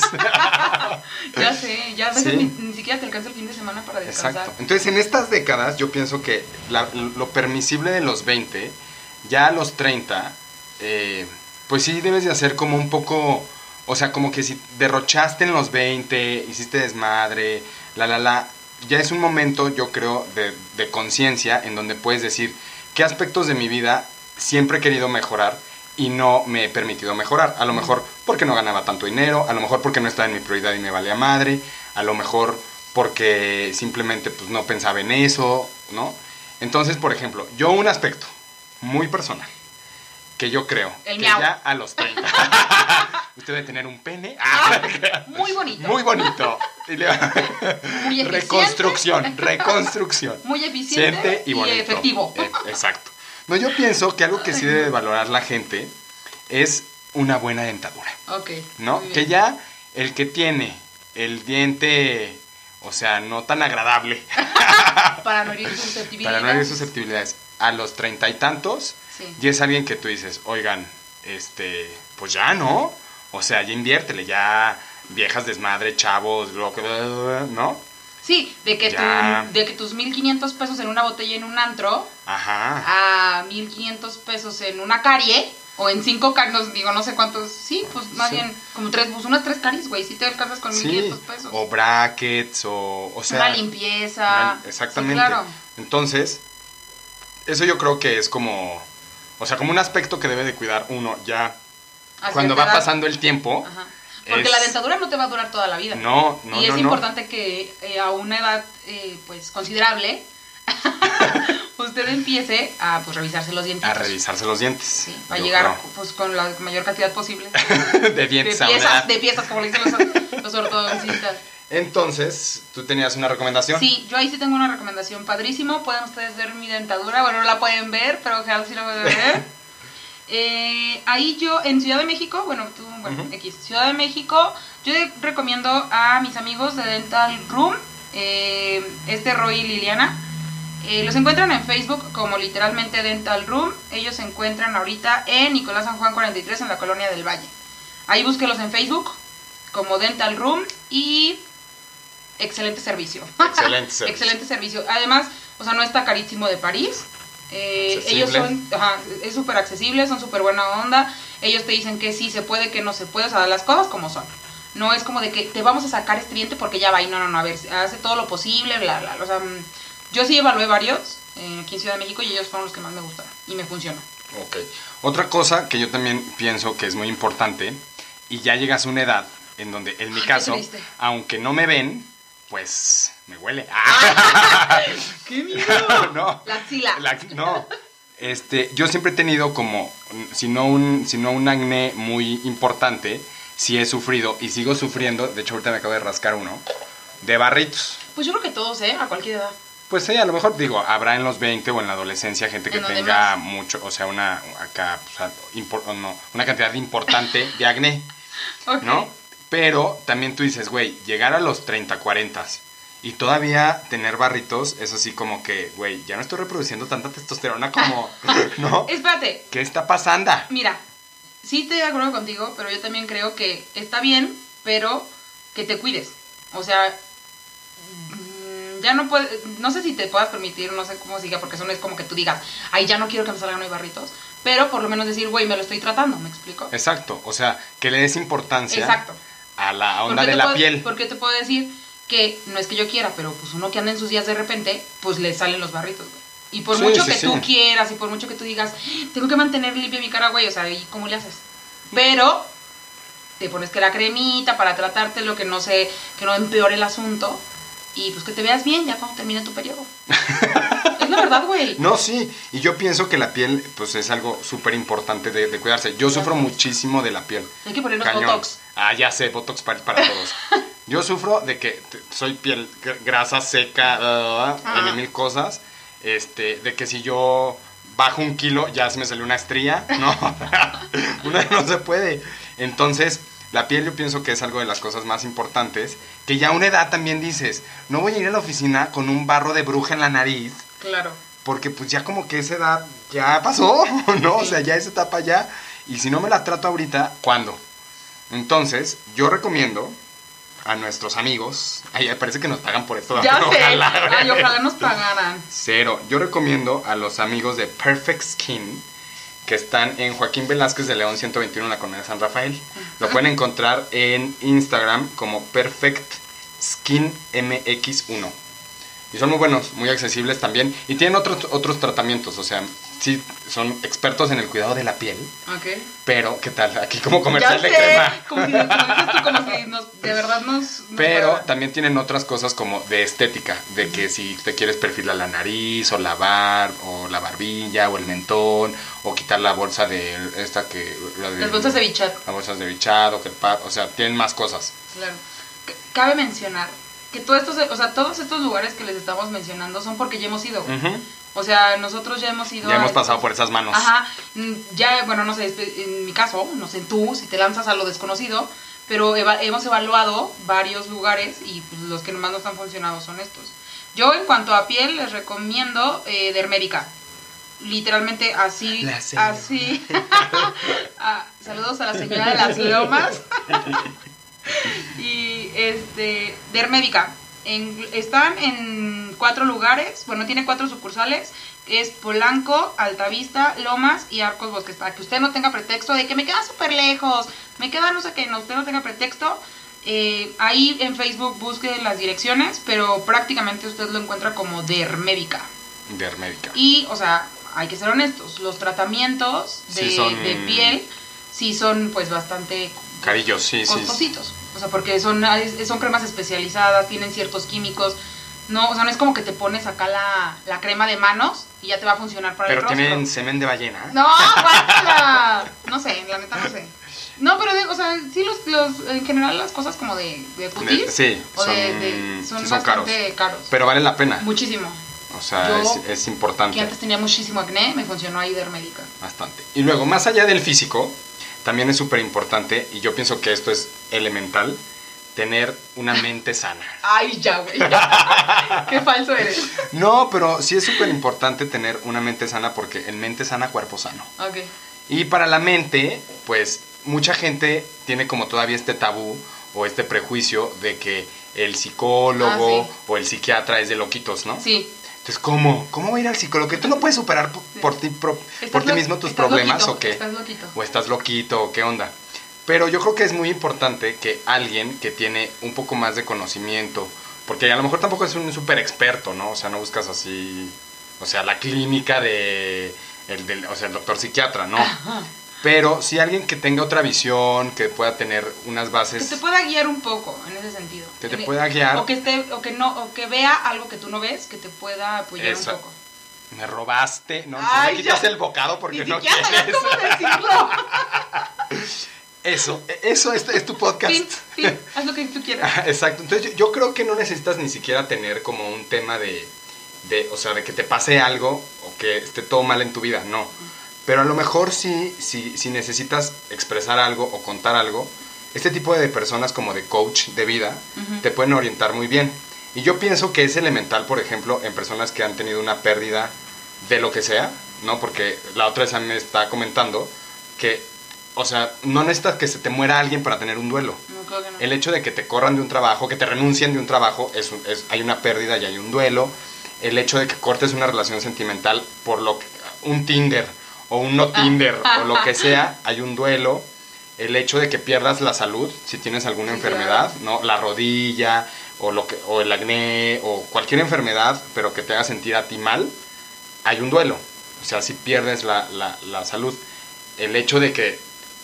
Ya sé, ya a veces
Sí.
ni, ni siquiera te alcanza el fin de semana para descansar.
Exacto. Entonces, en estas décadas, yo pienso que la- lo permisible de los veinte, ya a los treinta, eh, pues sí debes de hacer como un poco, o sea, como que si derrochaste en los veinte, hiciste desmadre, la, la, la, ya es un momento, yo creo, de, de conciencia en donde puedes decir qué aspectos de mi vida siempre he querido mejorar y no me he permitido mejorar. A lo mejor porque no ganaba tanto dinero, a lo mejor porque no estaba en mi prioridad y me valía madre, a lo mejor porque simplemente pues no pensaba en eso, ¿no? Entonces, por ejemplo, yo un aspecto muy personal. que yo creo
El
que
miau.
ya a los treinta usted debe tener un pene
Ah, muy bonito.
muy bonito. Y le-
Muy eficiente.
reconstrucción, reconstrucción.
Muy eficiente
Siente y,
y
bonito.
efectivo.
Eh, exacto. No, yo pienso que algo que sí debe valorar la gente es una buena dentadura,
Ok.
¿no?
muy bien.
Que ya el que tiene el diente, o sea, no tan agradable
Para no herir susceptibilidades.
para no herir susceptibilidades a los treinta y tantos,
Sí.
y es alguien que tú dices, oigan, este, pues ya, ¿no? O sea, ya inviértele, ya viejas desmadre, chavos, lo que- ¿no?
Sí, de que,
Ya.
tu, de que tus mil quinientos pesos en una botella en un antro
Ajá.
a mil quinientos pesos en una carie o en cinco caries, digo, no sé cuántos, sí, pues más
Sí.
bien como tres, pues unas tres caries, güey, si te alcanzas con mil
Sí,
quinientos pesos.
o brackets, o, o sea...
una limpieza.
una- exactamente.
Sí, claro.
Entonces, eso yo creo que es como, o sea, como un aspecto que debe de cuidar uno ya
A
cuando
cierta
va
edad.
pasando el tiempo.
Ajá. Porque
es-
la dentadura no te va a durar toda la vida.
No, no,
Y es
no, no.
importante que eh, a una edad eh, pues considerable usted empiece a pues revisarse los dientes.
A revisarse los dientes.
Sí, para
yo
llegar
creo.
pues con la mayor cantidad posible
de
de
dientes a una
piezas,
edad.
de piezas como le dicen los, los ortodoncistas.
Entonces, ¿tú tenías una recomendación?
Sí, yo ahí sí tengo una recomendación padrísimo. Pueden ustedes ver mi dentadura. Bueno, no la pueden ver, pero ojalá sí la pueden ver. Eh, ahí yo, en Ciudad de México, bueno, tú, bueno,
Ujú.
X, Ciudad de México, yo recomiendo a mis amigos de Dental Room, eh, este Roy y Liliana. Eh, los encuentran en Facebook como literalmente Dental Room. Ellos se encuentran ahorita en Nicolás San Juan cuarenta y tres en la Colonia del Valle. Ahí búsquelos en Facebook como Dental Room y excelente servicio.
Excelente servicio.
Excelente servicio. Además, o sea, no está carísimo de París. Eh,
Accesible.
ellos son, ajá, es súper accesible, son súper buena onda. Ellos te dicen que sí se puede, que no se puede, o sea, las cosas como son. No es como de que te vamos a sacar este diente porque ya va y no, no, no, a ver, hace todo lo posible, bla, bla, bla. O sea, mm, yo sí evalué varios eh, aquí en Ciudad de México y ellos fueron los que más me gustaron y me funcionó.
Ok. Otra cosa que yo también pienso que es muy importante, y ya llegas a una edad en donde, en mi
Ay, qué
caso,
triste.
aunque no me ven, pues me huele.
¡Qué miedo!
No.
La axila.
La- no. Este, yo siempre he tenido como, si no un, si no un acné muy importante, sí he sufrido y sigo sufriendo, de hecho ahorita me acabo de rascar uno, de barritos.
Pues yo creo que todos, ¿eh? A cualquier edad.
Pues sí, a lo mejor digo, habrá en los veinte o en la adolescencia gente que
En donde
tenga
más.
mucho, o sea, una acá, o sea, impor- o no, una cantidad importante de acné,
Ok.
¿no? Pero también tú dices, güey, llegar a los treinta, cuarenta y todavía tener barritos, es así como que, güey, ya no estoy reproduciendo tanta testosterona como, ¿no?
Espérate,
¿Qué está pasando?
mira, sí te acuerdo contigo, pero yo también creo que está bien, pero que te cuides. O sea, mm, ya no puedes, no sé si te puedas permitir, no sé cómo siga, porque eso no es como que tú digas, ay, ya no quiero que me salgan hoy barritos, pero por lo menos decir, güey, me lo estoy tratando, ¿me explico?
Exacto, o sea, que le des importancia
Exacto.
a la onda
Porque
de
te
la
puedo-
piel.
Porque te puedo decir que no es que yo quiera, pero pues uno que anda en sus días de repente, pues le salen los barritos, güey. Y por
Sí,
mucho
sí,
que
sí.
tú quieras y por mucho que tú digas, tengo que mantener limpia mi cara, güey, o sea, ¿y cómo le haces? Pero te pones que la cremita para tratarte lo que no se, que no empeore el asunto y pues que te veas bien ya cuando termine tu periodo. Es la verdad, güey.
No, sí, y yo pienso que la piel, pues es algo súper importante de, de cuidarse. Yo sufro muchísimo de la piel.
Hay que ponernos
Cañón.
botox.
Ah, ya sé, Botox para, para todos. Yo sufro de que t- soy piel gr- grasa, seca, uh,
Ah.
N mil cosas. Este, de que si yo bajo un kilo ya se me salió una estría. No, una no se puede. Entonces, la piel yo pienso que es algo de las cosas más importantes. Que ya a una edad también dices, no voy a ir a la oficina con un barro de bruja en la nariz.
Claro.
Porque pues ya como que esa edad ya pasó, ¿no? O
Sí.
sea, ya esa etapa ya. Y si no me la trato ahorita, ¿cuándo? Entonces, yo recomiendo a nuestros amigos, ay, parece que nos pagan por esto.
Ya sé.
ojalá.
Ay, ojalá nos pagaran.
Cero. Yo recomiendo a los amigos de Perfect Skin, que están en Joaquín Velázquez de León ciento veintiuno en la colonia de San Rafael. Lo pueden encontrar en Instagram como Perfect Skin M X uno. Y son muy buenos, muy accesibles también. Y tienen otros, otros tratamientos, o sea, sí, son expertos en el cuidado de la piel.
Ok.
Pero, ¿qué tal? Aquí como comercial
Ya
de
sé,
crema.
Como si, como dices tú, como si nos, de verdad nos... nos
Pero
fuera.
también tienen otras cosas como de estética, de que si te quieres perfilar la nariz, o lavar, o la barbilla, o el mentón, o quitar la bolsa de esta que... La de,
Las bolsas de bichat.
Las bolsas de bichado, que el pad, o sea, tienen más cosas.
Claro. C- Cabe mencionar que todos estos, o sea, todos estos lugares que les estamos mencionando son porque ya hemos ido.
Uh-huh.
O sea, nosotros ya hemos ido
Ya
a
hemos
estos-
pasado por esas manos.
Ajá. mm, Ya, bueno, no sé, espe- en mi caso, no sé tú, si te lanzas a lo desconocido, pero eva- hemos evaluado varios lugares y pues, los que más nos han funcionado son estos. Yo, en cuanto a piel, les recomiendo eh, Dermérica. Literalmente así,
La señora.
así. Ah, saludos a la señora de las lomas. Y este, Dermédica. En, están en cuatro lugares, bueno, tiene cuatro sucursales. Es Polanco, Altavista, Lomas y Arcos Bosques. Para que usted no tenga pretexto de que me queda súper lejos, me queda no sé qué, no, usted no tenga pretexto. Eh, ahí en Facebook busque las direcciones, pero prácticamente usted lo encuentra como Dermédica.
Dermédica.
Y, o sea, hay que ser honestos, los tratamientos de,
Sí son-
de piel sí son pues bastante
Carillos, sí, sí.
costositos. O sea, porque son, son cremas especializadas, tienen ciertos químicos. No, o sea, no es como que te pones acá la, la crema de manos y ya te va a funcionar para
Pero
el rostro.
tienen semen de ballena.
No, guácala. No sé, la neta no sé. No, pero, de- o sea, sí, los, los, en general las cosas como de, de cutis.
De- sí,
o de,
son-
de- son
sí son
bastante caros.
Pero vale la pena.
Muchísimo.
O sea,
Yo,
es, es importante.
Que antes tenía muchísimo acné, me funcionó ahí Dermédica.
Bastante. Y luego, más allá del físico, también es súper importante, y yo pienso que esto es elemental, tener una mente sana.
Ay, ya, güey. ya. Qué falso eres.
No, pero sí es súper importante tener una mente sana porque en mente sana, cuerpo sano.
Ok.
Y para la mente, pues mucha gente tiene como todavía este tabú o este prejuicio de que el psicólogo
Ah, sí.
o el psiquiatra es de loquitos, ¿no?
Sí.
Entonces, ¿cómo? ¿Cómo va a ir al psicólogo? ¿Que tú no puedes superar por,
Sí.
por ti, pro-
Estás
por ti
lo-
mismo tus
estás
problemas
loquito,
o qué?
Estás loquito.
¿O estás loquito o qué onda? Pero yo creo que es muy importante que alguien que tiene un poco más de conocimiento, porque a lo mejor tampoco es un súper experto, ¿no? O sea, no buscas así, o sea, la clínica de, el, del, o sea, el doctor psiquiatra, ¿no?
Ajá.
Pero sí alguien que tenga otra visión, que pueda tener unas
Que
bases,
te pueda guiar un poco en ese sentido.
que te
En-
pueda guiar.
O que esté, o que no, o que vea algo que tú no ves, que te pueda apoyar
Esa-
un poco.
Me robaste, ¿no?
Ay,
me quitas
ya.
el bocado porque
Ni
no
siquiera sabías
quieres.
cómo decirlo.
Eso, eso es, es tu podcast.
Fin, fin, haz lo que tú quieras.
Ajá, exacto. Entonces yo, yo creo que no necesitas ni siquiera tener como un tema de, de, o sea, de que te pase algo o que esté todo mal en tu vida, no. Pero a lo mejor sí, sí, si necesitas expresar algo o contar algo, este tipo de personas como de coach de vida
Ujú.
te pueden orientar muy bien. Y yo pienso que es elemental, por ejemplo, en personas que han tenido una pérdida de lo que sea, ¿no? Porque la otra vez a mí me está comentando que, o sea, no necesitas que se te muera alguien para tener un duelo.
No, creo que no.
El hecho de que te corran de un trabajo, que te renuncien de un trabajo, es, un- es- hay una pérdida y hay un duelo. El hecho de que cortes una relación sentimental por lo que, un Tinder o un no Tinder o lo que sea, hay un duelo. El hecho de que pierdas la salud, si tienes alguna
Sí,
enfermedad, ¿no? La rodilla o, lo que, o el acné o cualquier enfermedad, pero que te haga sentir a ti mal, hay un duelo. O sea, si pierdes la, la, la salud. El hecho de que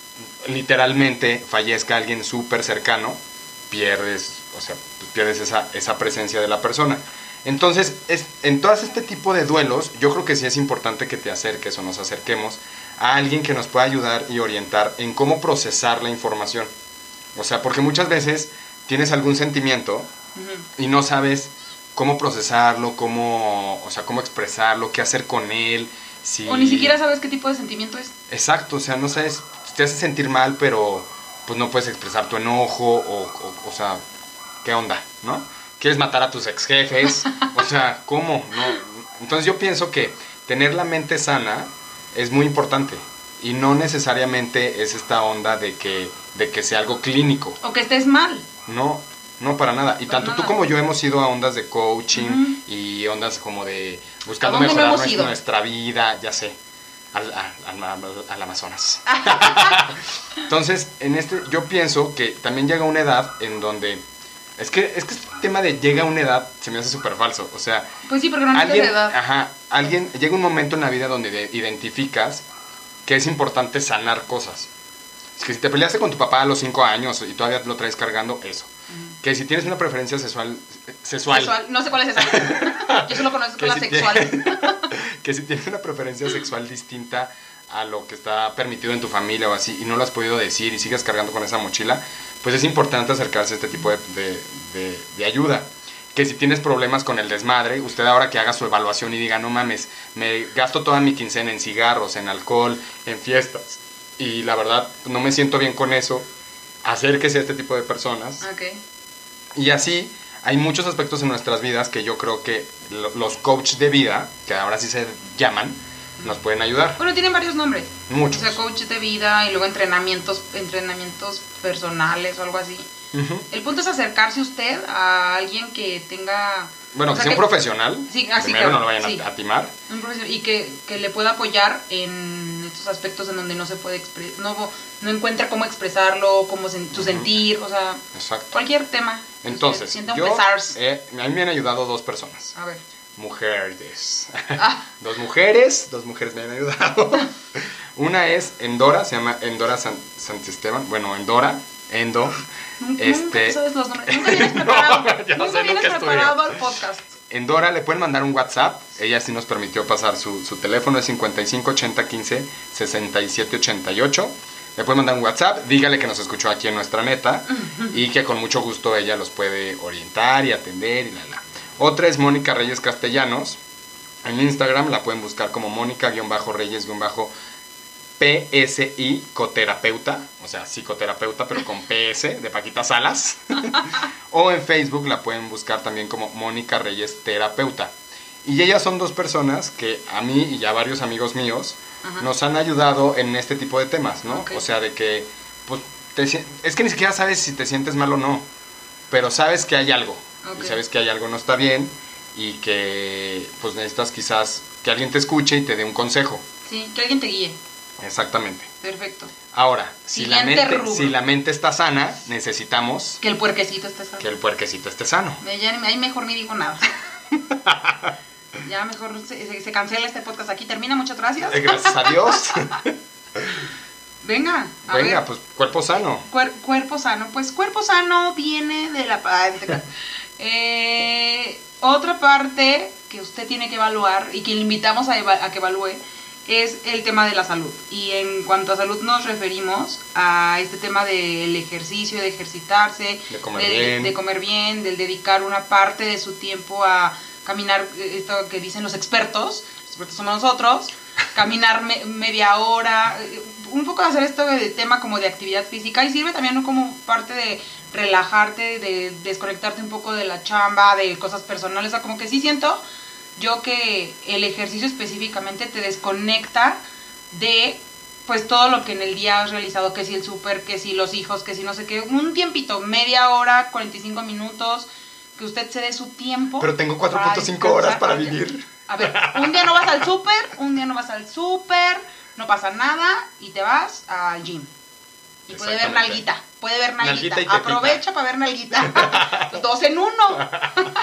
literalmente fallezca alguien súper cercano, pierdes, o sea, pues pierdes esa, esa presencia de la persona. Entonces, es, en todo este tipo de duelos, yo creo que sí es importante que te acerques o nos acerquemos a alguien que nos pueda ayudar y orientar en cómo procesar la información. O sea, porque muchas veces tienes algún sentimiento
Ujú.
y no sabes cómo procesarlo, cómo, o sea, cómo expresarlo, qué hacer con él. Si...
O ni siquiera sabes qué tipo de sentimiento es.
Exacto, o sea, no sabes, te hace sentir mal, pero pues no puedes expresar tu enojo o, o, o sea, ¿qué onda, no? ¿Quieres matar a tus ex jefes? O sea, ¿cómo? No. Entonces yo pienso que tener la mente sana es muy importante y no necesariamente es esta onda de que, de que sea algo clínico,
O que estés mal.
no, no para nada. Y
Para
tanto
nada.
tú como yo hemos ido a ondas de coaching
Ujú.
y ondas como de buscando
¿A dónde no
mejorar
hemos
nuestra,
ido?
nuestra vida, ya sé, al, al, al- al Amazonas. Entonces, en este, yo pienso que también llega una edad en donde Es que, es que este tema de llega a una edad se me hace súper falso. O sea,
pues sí, porque no necesitas
alguien,
edad.
Ajá, alguien, llega un momento en la vida donde de- identificas que es importante sanar cosas. Es que si te peleaste con tu papá a los cinco años y todavía lo traes cargando, eso. Uh-huh. Que si tienes una preferencia sexual... Sexual.
sexual. No sé cuál es esa. Yo solo conozco la
si
sexual.
Tiene, que si tienes una preferencia sexual distinta a lo que está permitido en tu familia o así, y no lo has podido decir y sigues cargando con esa mochila, pues es importante acercarse a este tipo de, de, de, de ayuda. Que si tienes problemas con el desmadre, usted ahora que haga su evaluación y diga, no mames, me gasto toda mi quincena en cigarros, en alcohol, en fiestas, y la verdad no me siento bien con eso, acérquese a este tipo de personas.
Okay.
Y así hay muchos aspectos en nuestras vidas que yo creo que lo, los coaches de vida, que ahora sí se llaman, nos pueden ayudar.
Bueno, tienen varios nombres.
Muchos.
O sea, coach de vida y luego entrenamientos, entrenamientos personales o algo así. Uh-huh. El punto es acercarse usted a alguien que tenga...
Bueno,
o
que
sea,
sea un profesional.
Sí, así
primero
que,
no lo vayan
sí.
a, a timar.
Un profesional y que, que le pueda apoyar en estos aspectos en donde no se puede expresar, no, no encuentra cómo expresarlo, cómo sen- su uh-huh. sentir, o sea,
exacto.
Cualquier tema.
Entonces, yo, eh, a mí me han ayudado dos personas.
A ver.
Mujeres. Ah. Dos mujeres, dos mujeres me han ayudado. Una es Endora, se llama Endora San, Santisteban. Bueno, Endora, Endo.
Nunca,
este...
nunca sabes los nombres. Nunca vienes preparado.
no, ya
nunca
sé,
vienes
nunca
preparado al podcast.
Endora, le pueden mandar un WhatsApp. Ella sí nos permitió pasar su, su teléfono, es cincuenta y cinco ochenta quince sesenta y siete ochenta y ocho. Le pueden mandar un WhatsApp, dígale que nos escuchó aquí en nuestra neta y que con mucho gusto ella los puede orientar y atender y la la. Otra es Mónica Reyes Castellanos. En Instagram la pueden buscar como Mónica-Reyes-P S I coterapeuta, o sea, psicoterapeuta, pero con P S de Paquita Salas. O en Facebook la pueden buscar también como Mónica Reyes Terapeuta. Y ellas son dos personas que a mí y a varios amigos míos Ajá. nos han ayudado en este tipo de temas, ¿no? Okay. O sea, de que, pues, te, es que ni siquiera sabes si te sientes mal o no, pero sabes que hay algo. Okay. Y sabes que hay algo no está bien y que pues necesitas quizás que alguien te escuche y te dé un consejo.
Sí, que alguien te guíe.
Exactamente.
Perfecto.
Ahora, si la, mente, si la mente está sana, necesitamos...
Que el puerquecito esté sano.
Que el puerquecito esté sano.
Ya, ahí mejor ni digo nada. Ya mejor se, se, se cancela este podcast aquí. Termina, muchas gracias.
Gracias a Dios.
Venga, a
Venga,
ver.
pues cuerpo sano.
Cuer, cuerpo sano, pues cuerpo sano viene de la... eh, otra parte que usted tiene que evaluar y que le invitamos a, eva, a que evalúe es el tema de la salud. Y en cuanto a salud nos referimos a este tema del ejercicio, de ejercitarse,
de comer,
de,
bien.
de comer bien, del dedicar una parte de su tiempo a caminar, esto que dicen los expertos, los expertos somos nosotros, caminar me, media hora, un poco de hacer esto de tema como de actividad física y sirve también como parte de relajarte, de desconectarte un poco de la chamba, de cosas personales, o sea, como que sí siento yo que el ejercicio específicamente te desconecta de pues todo lo que en el día has realizado, que si el súper, que si los hijos, que si no sé qué, un tiempito, media hora, cuarenta y cinco minutos, que usted se dé su tiempo.
Pero tengo cuatro punto cinco horas para vivir.
A ver, un día no vas al súper, un día no vas al súper, no pasa nada y te vas al gym. Y puede ver nalguita, puede ver nalguita. nalguita Aprovecha para ver nalguita. Dos en uno.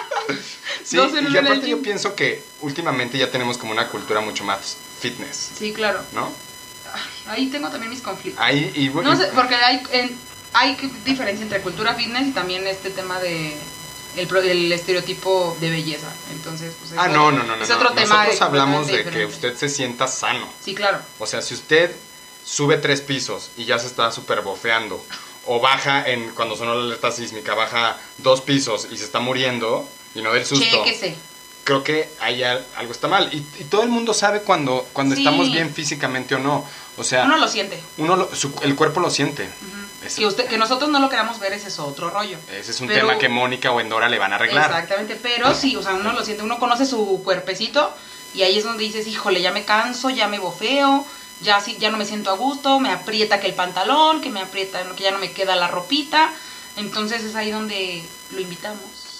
Sí, Dos en y uno aparte yo pienso que últimamente ya tenemos como una cultura mucho más fitness.
Sí, claro.
¿No?
Ahí tengo también mis conflictos.
Ahí, y,
no sé, porque hay, en, hay diferencia entre cultura fitness y también este tema de... El, el estereotipo de belleza. Entonces, pues es
ah,
otro,
no, no, no, no.
Es otro
no.
tema.
Nosotros hablamos de
diferente.
que usted se sienta sano.
Sí, claro.
O sea, si usted sube tres pisos y ya se está súper bofeando, o baja en cuando sonó la alerta sísmica, baja dos pisos y se está muriendo, y no del susto.
Chéquese.
Creo que ahí algo está mal. Y, y todo el mundo sabe cuando, cuando sí. estamos bien físicamente o no. O sea,
uno lo siente.
Uno lo, su, el cuerpo lo siente.
Uh-huh. Que, usted, que nosotros no lo queramos ver, ese es otro rollo.
Ese es un
pero,
tema que Mónica o Endora le van a arreglar.
Exactamente, pero sí, o sea, uno lo siente, uno conoce su cuerpecito y ahí es donde dices, híjole, ya me canso, ya me bofeo, ya, sí, ya no me siento a gusto, me aprieta que el pantalón, que me aprieta, que ya no me queda la ropita. Entonces es ahí donde lo invitamos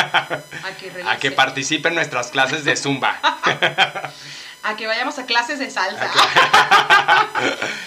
a que revise.
A que participe en nuestras clases de Zumba.
A que vayamos a clases de salsa.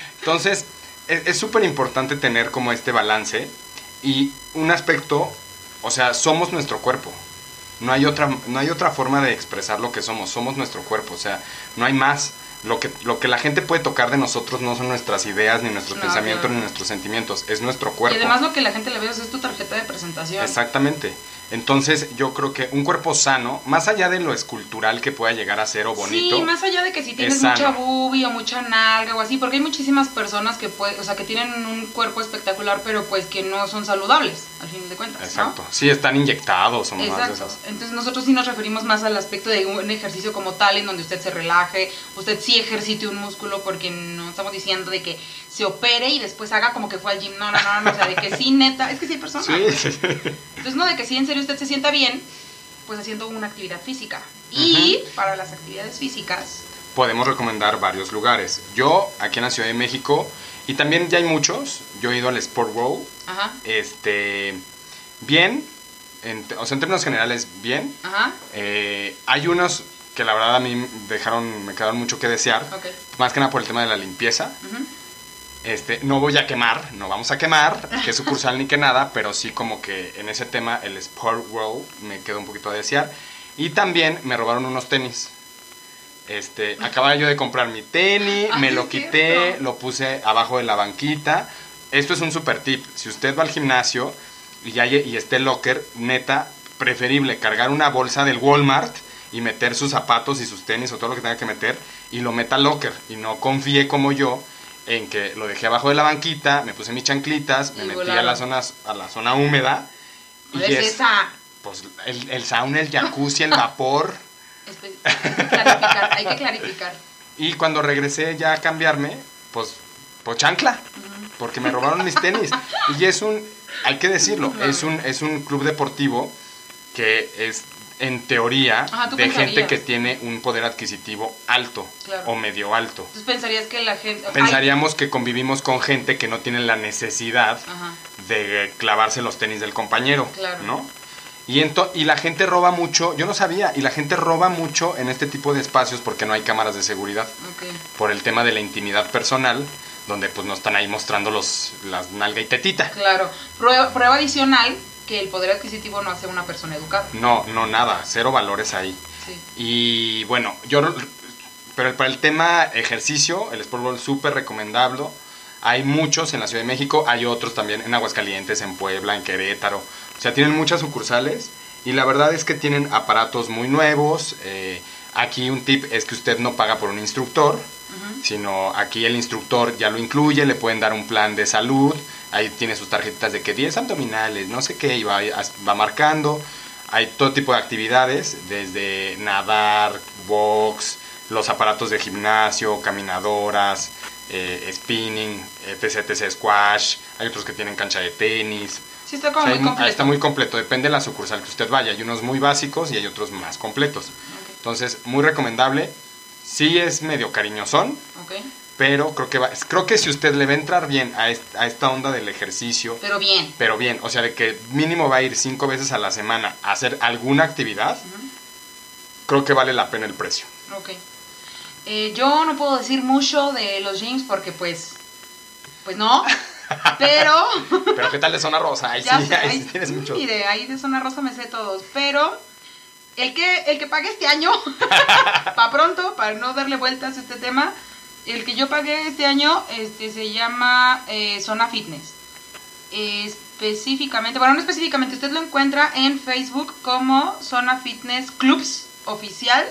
Entonces, es súper importante tener como este balance. Y un aspecto O sea, somos nuestro cuerpo. No hay otra, no hay otra forma de expresar lo que somos. Somos nuestro cuerpo, o sea, no hay más. Lo que, lo que la gente puede tocar de nosotros no son nuestras ideas, ni nuestros no, pensamientos, claro. ni nuestros sentimientos. Es nuestro cuerpo.
Y además lo que la gente le ve es tu tarjeta de presentación.
Exactamente. Entonces yo creo que un cuerpo sano, más allá de lo escultural que pueda llegar a ser o bonito.
Sí, más allá de que si tienes mucha boobie o mucha nalga o así, porque hay muchísimas personas que puede, o sea, que tienen un cuerpo espectacular, pero pues que no son saludables, al fin de cuentas.
Exacto,
¿no?
Sí, están inyectados o más de esas.
Entonces nosotros sí nos referimos más al aspecto de un ejercicio como tal, en donde usted se relaje, usted sí ejercite un músculo, porque no estamos diciendo de que se opere y después haga como que fue al gym, no, no, no, no, o sea, de que sí, neta, es que sí hay personas.
Sí.
Entonces, no, de que sí, en serio, usted se sienta bien, pues haciendo una actividad física. Y uh-huh. para las actividades físicas
podemos recomendar varios lugares. Yo, aquí en la Ciudad de México, y también ya hay muchos, yo he ido al Sport World.
Ajá.
Este, bien, en, o sea, en términos generales, bien.
Ajá.
Eh, hay unos que la verdad a mí dejaron, me quedaron mucho que desear.
Okay.
Más que nada por el tema de la limpieza.
Uh-huh.
Este, no voy a quemar, no vamos a quemar, que sucursal ni que nada, pero sí como que en ese tema el Sport World me quedó un poquito a desear. Y también me robaron unos tenis. Este, acababa yo de comprar mi tenis,
Ay,
me lo quité,
cierto.
lo puse abajo de la banquita. Esto es un super tip. Si usted va al gimnasio y, hay, y esté locker, neta, preferible cargar una bolsa del Walmart y meter sus zapatos y sus tenis o todo lo que tenga que meter y lo meta al locker. Y no confíe como yo en que lo dejé abajo de la banquita, me puse mis chanclitas, me y metí volaron. a la zona, a la zona húmeda.
¿Cuál y es, es esa?
Pues el, el sauna, el jacuzzi, el vapor.
Hay que clarificar, hay que clarificar.
Y cuando regresé ya a cambiarme, pues, pues chancla, uh-huh. porque me robaron mis tenis. Y es un, hay que decirlo, uh-huh. es un, es un club deportivo que es en teoría
Ajá,
de gente que tiene un poder adquisitivo alto,
claro.
o medio alto.
Entonces pensarías que la gente...
Pensaríamos Ay. que convivimos con gente que no tiene la necesidad
Ajá.
de clavarse los tenis del compañero,
claro.
¿no? Y, ento- y la gente roba mucho, yo no sabía, y la gente roba mucho en este tipo de espacios porque no hay cámaras de seguridad.
Okay.
Por el tema de la intimidad personal, donde pues no están ahí mostrando los, las nalga y tetita.
Claro. Prueba, prueba adicional, que el poder adquisitivo no hace una persona educada.
No, no, nada, cero valores ahí.
Sí.
Y bueno, yo, pero para el tema ejercicio, el Sport World súper recomendable. Hay muchos en la Ciudad de México, hay otros también en Aguascalientes, en Puebla, en Querétaro. O sea, tienen muchas sucursales y la verdad es que tienen aparatos muy nuevos. Eh, aquí un tip es que usted no paga por un instructor, uh-huh. sino aquí el instructor ya lo incluye, le pueden dar un plan de salud. Ahí tiene sus tarjetitas de que diez abdominales, no sé qué, y va, va marcando. Hay todo tipo de actividades, desde nadar, box, los aparatos de gimnasio, caminadoras, eh, spinning, etc, etc, squash. Hay otros que tienen cancha de tenis.
Sí, está como
o sea,
muy completo.
Está muy completo, depende de la sucursal que usted vaya. Hay unos muy básicos y hay otros más completos.
Okay.
Entonces, muy recomendable. Sí es medio cariñosón.
Okay.
Pero creo que va, creo que si usted le va a entrar bien a, est, a esta onda del ejercicio...
Pero bien.
Pero bien, o sea, de que mínimo va a ir cinco veces a la semana a hacer alguna actividad, uh-huh. creo que vale la pena el precio.
Ok. Eh, yo no puedo decir mucho de los gyms porque pues... Pues no, pero...
Pero ¿qué tal de Zona Rosa? Ahí sí,
sé,
ahí
ahí,
sí tienes mucho.
Mire, ahí de Zona Rosa me sé todos, pero... El que, el que pague este año, para pronto, para no darle vueltas a este tema... El que yo pagué este año este, se llama eh, Zona Fitness. Específicamente, bueno, no específicamente, usted lo encuentra en Facebook como Zona Fitness Clubs Oficial.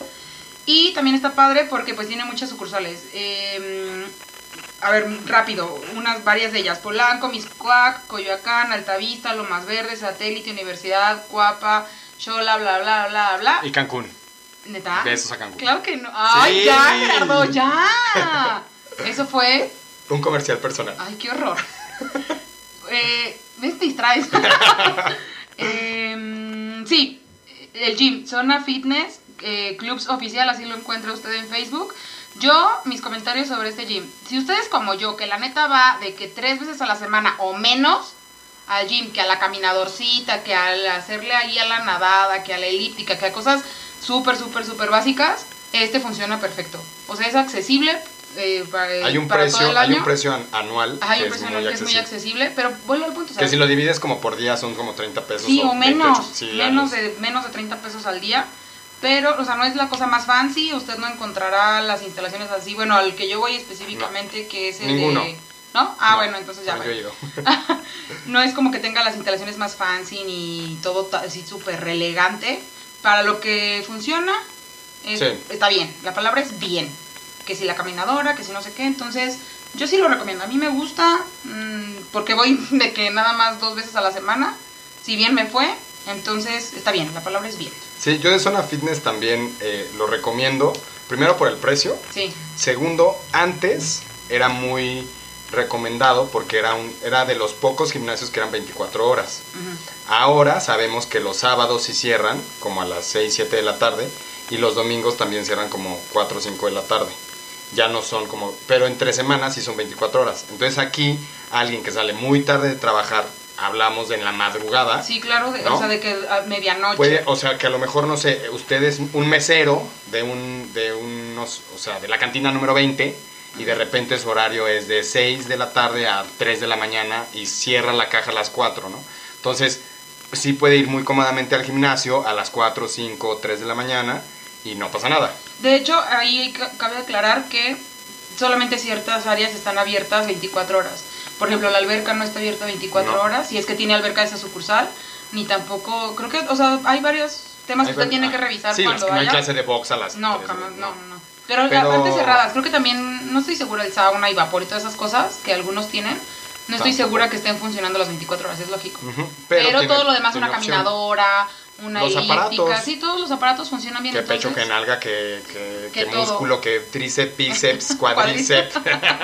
Y también está padre porque pues tiene muchas sucursales. Eh, a ver, rápido, unas varias de ellas. Polanco, Mixcoac, Coyoacán, Altavista, Lomas Verdes, Satélite, Universidad, Cuapa, Xola, bla, bla, bla, bla.
Y Cancún.
¿Neta?
Besos a Cancún.
Claro que no. ¡Ay, sí. ya, Gerardo, ya! Eso fue...
Un comercial personal.
¡Ay, qué horror! eh, ¿Ves? Te distraes. eh, sí, el gym, Zona Fitness, eh, Clubs Oficial, así lo encuentra usted en Facebook. Yo, mis comentarios sobre este gym. Si ustedes como yo, que la neta va de que tres veces a la semana o menos al gym, que a la caminadorcita, que al hacerle ahí a la nadada, que a la elíptica, que a cosas... súper, súper, súper básicas, este funciona perfecto. O sea, es accesible, eh, para,
hay un
para
precio,
todo el año.
hay un precio an- anual.
Ajá, hay
que
un precio
es
anual
muy
que es muy
accesible.
accesible, pero vuelvo al punto. O sea,
Que si lo divides como por día son como treinta pesos.
sí, o menos,
veintiocho, sí,
menos,
algo.
de, menos de treinta pesos al día. Pero, o sea, no es la cosa más fancy, usted no encontrará las instalaciones así. Bueno, al que yo voy específicamente, no, que es el
ninguno.
de... ¿No? Ah,
no,
bueno, entonces ya.
No, yo he ido.
No es como que tenga las instalaciones más fancy ni todo así súper elegante. Para lo que funciona, es, sí. está bien. La palabra es bien. Que si la caminadora, que si no sé qué. Entonces, yo sí lo recomiendo. A mí me gusta, mmm, porque voy de que nada más dos veces a la semana. Si bien me fue, entonces está bien. La palabra es bien.
Sí, yo de Zona Fitness también eh, lo recomiendo. Primero por el precio.
Sí.
Segundo, antes era muy recomendado porque era, un, era de los pocos gimnasios que eran veinticuatro horas. Uh-huh. Ahora sabemos que los sábados sí cierran como a las seis, siete de la tarde y los domingos también cierran como cuatro o cinco de la tarde. Ya no son como... Pero entre semanas sí son veinticuatro horas. Entonces aquí alguien que sale muy tarde de trabajar, hablamos de en la madrugada.
Sí, claro, de, ¿no? O sea, de que a medianoche.
Puede, o sea, que a lo mejor, no sé, usted es un mesero de un de unos, o sea, de la cantina número veinte y de repente su horario es de seis de la tarde a tres de la mañana y cierra la caja a las cuatro, ¿no? Entonces, sí puede ir muy cómodamente al gimnasio a las cuatro, cinco, tres de la mañana y no pasa nada.
De hecho, ahí cabe aclarar que solamente ciertas áreas están abiertas veinticuatro horas. Por ejemplo, la alberca no está abierta veinticuatro no. horas, si es que tiene alberca esa sucursal, ni tampoco, creo que, o sea, hay varios temas hay que usted tiene ah, que revisar
sí,
cuando
no,
vaya.
No hay clase de box a las
No,
tres,
jamás, no,
no,
no, no. Pero,
Pero...
aparte cerradas, creo que también, no estoy segura del sauna y vapor y todas esas cosas que algunos tienen, no estoy Tampoco. segura que estén funcionando las veinticuatro horas, es lógico. Uh-huh. Pero, Pero tiene, todo lo demás, una opción. Caminadora, una
los
elíptica,
aparatos.
Sí, todos los aparatos funcionan bien.
Que
entonces,
pecho, que nalga, que, que,
que,
que músculo, que tríceps, bíceps, cuádriceps.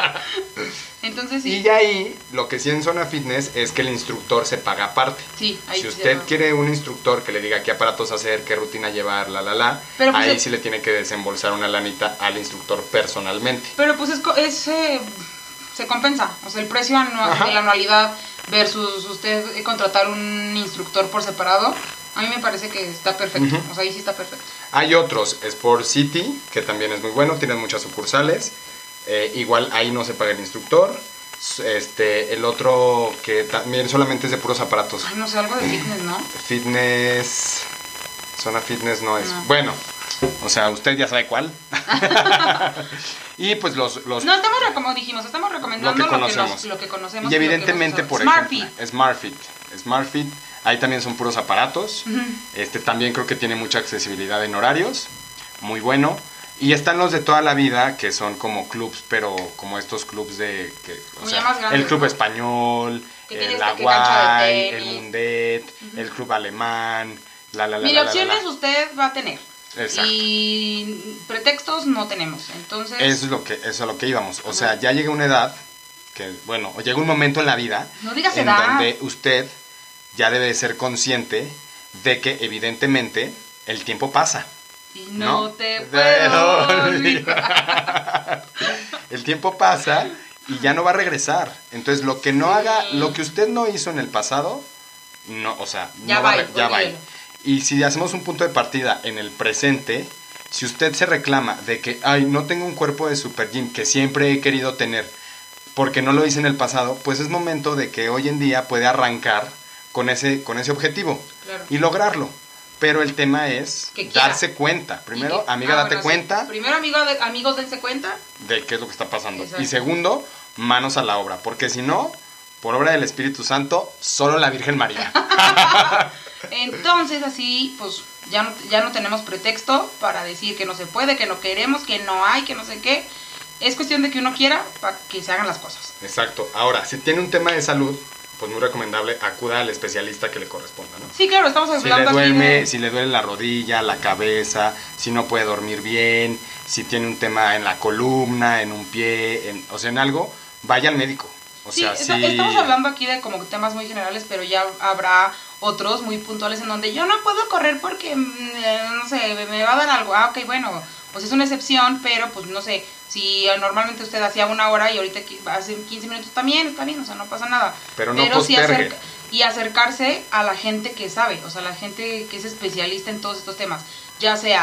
Entonces sí.
Y ahí, lo que sí en Zona Fitness es que el instructor se paga aparte.
Sí, ahí
si usted
sí
quiere un instructor que le diga qué aparatos hacer, qué rutina llevar, la, la, la, Pero pues ahí es... sí le tiene que desembolsar una lanita al instructor personalmente.
Pero pues es, es eh, se compensa. O sea, el precio anual, de la anualidad versus usted contratar un instructor por separado, a mí me parece que está perfecto. Uh-huh. O sea, ahí sí está perfecto.
Hay otros, Sport City, que también es muy bueno, tienen muchas sucursales. Eh, igual ahí no se paga el instructor. Este, el otro que también solamente es de puros aparatos.
Ay, no sé, algo de fitness, ¿no?
Fitness. Zona Fitness no es. No. Bueno, o sea, usted ya sabe cuál. Y pues los, los.
No, estamos, como dijimos, estamos recomendando lo que conocemos. Lo que, nos, lo que conocemos
y evidentemente,
lo que
por
Smart
ejemplo,
Fit.
SmartFit. SmartFit. Ahí también son puros aparatos.
Uh-huh.
Este también creo que tiene mucha accesibilidad en horarios. Muy bueno. Y están los de toda la vida, que son como clubs, pero como estos clubs de... Que, o sea,
más grandes,
el Club
¿no?
Español, el
La
Aguay, el Mundet, uh-huh. el Club Alemán, la, la, la,
Mil
la, la,
opciones
la, la.
usted va a tener.
Exacto.
Y pretextos no tenemos, entonces...
Eso es lo que, eso es a lo que íbamos. O uh-huh. sea, ya llega una edad, que bueno, o llega un momento en la vida...
No digas
en
edad.
donde usted ya debe de ser consciente de que evidentemente el tiempo pasa.
Y no, no te puedo olvidar.
El tiempo pasa y ya no va a regresar. Entonces, lo que no sí. haga, lo que usted no hizo en el pasado, no, o sea,
ya
no
va,
va, ya va. Y si hacemos un punto de partida en el presente, si usted se reclama de que, ay, no tengo un cuerpo de super gym que siempre he querido tener, porque no lo hice en el pasado, pues es momento de que hoy en día puede arrancar con ese, con ese objetivo
claro.
y lograrlo. Pero el tema es darse cuenta. Primero, que, amiga, ah, date bueno, cuenta.
Sí. Primero, amigo de, amigos, dense cuenta.
De qué es lo que está pasando.
Exacto.
Y segundo, manos a la obra. Porque si no, por obra del Espíritu Santo, solo la Virgen María.
Entonces, así, pues, ya no, ya no tenemos pretexto para decir que no se puede, que no queremos, que no hay, que no sé qué. Es cuestión de que uno quiera para que se hagan las cosas.
Exacto. Ahora, si tiene un tema de salud, pues muy recomendable, acuda al especialista que le corresponda, ¿no?
Sí, claro, estamos hablando
si le duerme,
aquí de...
Si le duele la rodilla, la cabeza, si no puede dormir bien, si tiene un tema en la columna, en un pie, en, o sea, en algo, vaya al médico. O
sí,
sea,
está,
sí,
estamos hablando aquí de como temas muy generales, pero ya habrá otros muy puntuales en donde yo no puedo correr porque, no sé, me va a dar algo. Ah, ok, bueno, pues es una excepción, pero pues no sé, si normalmente usted hacía una hora y ahorita hace quince minutos también, está bien, o sea, no pasa nada.
Pero no
pero
postergue.
Sí acerca, y acercarse a la gente que sabe, o sea, la gente que es especialista en todos estos temas, ya sea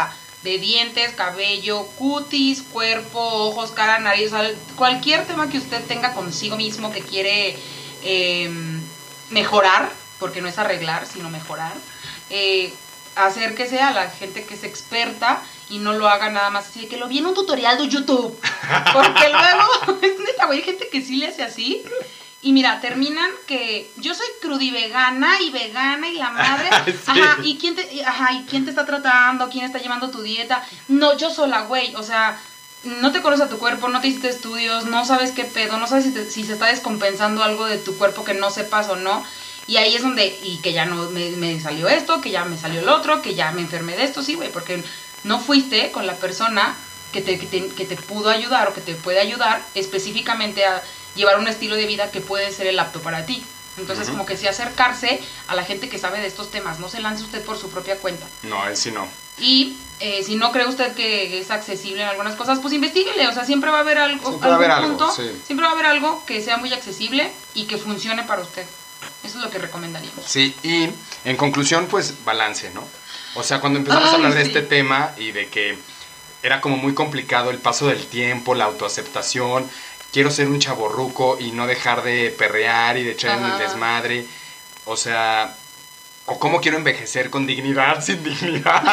de dientes, cabello, cutis, cuerpo, ojos, cara, nariz, o sea, cualquier tema que usted tenga consigo mismo que quiere eh, mejorar, porque no es arreglar, sino mejorar, eh, acérquese a la gente que es experta y no lo haga nada más así de que lo vi en un tutorial de YouTube, porque luego, es neta, güey, hay gente que sí le hace así. Y mira, terminan que yo soy crudivegana y vegana y la madre. Sí. Ajá, ¿y quién, te, ajá, ¿y quién te está tratando? ¿Quién está llevando tu dieta? No, yo sola, güey. O sea, no te conoces a tu cuerpo, no te hiciste estudios, no sabes qué pedo, no sabes si, te, si se está descompensando algo de tu cuerpo que no sepas o no. Y ahí es donde, y que ya no me, me salió esto, que ya me salió el otro, que ya me enfermé de esto, sí, güey, porque no fuiste con la persona que te, que te, que te pudo ayudar o que te puede ayudar específicamente a llevar un estilo de vida que puede ser el apto para ti. Entonces, uh-huh. como que sí acercarse a la gente que sabe de estos temas. No se lance usted por su propia cuenta.
No, él sí no.
Y eh, si no cree usted que es accesible en algunas cosas, pues investíguele. O sea, siempre va a haber algo,
siempre va a haber
punto,
algo, sí.
Siempre va a haber algo que sea muy accesible y que funcione para usted. Eso es lo que recomendaríamos.
Sí, y en conclusión, pues, balance, ¿no? O sea, cuando empezamos Ay, a hablar sí. de este tema y de que era como muy complicado el paso del tiempo, la autoaceptación, quiero ser un chavorruco y no dejar de perrear y de echar en el desmadre, o sea, o cómo quiero envejecer con dignidad, sin dignidad.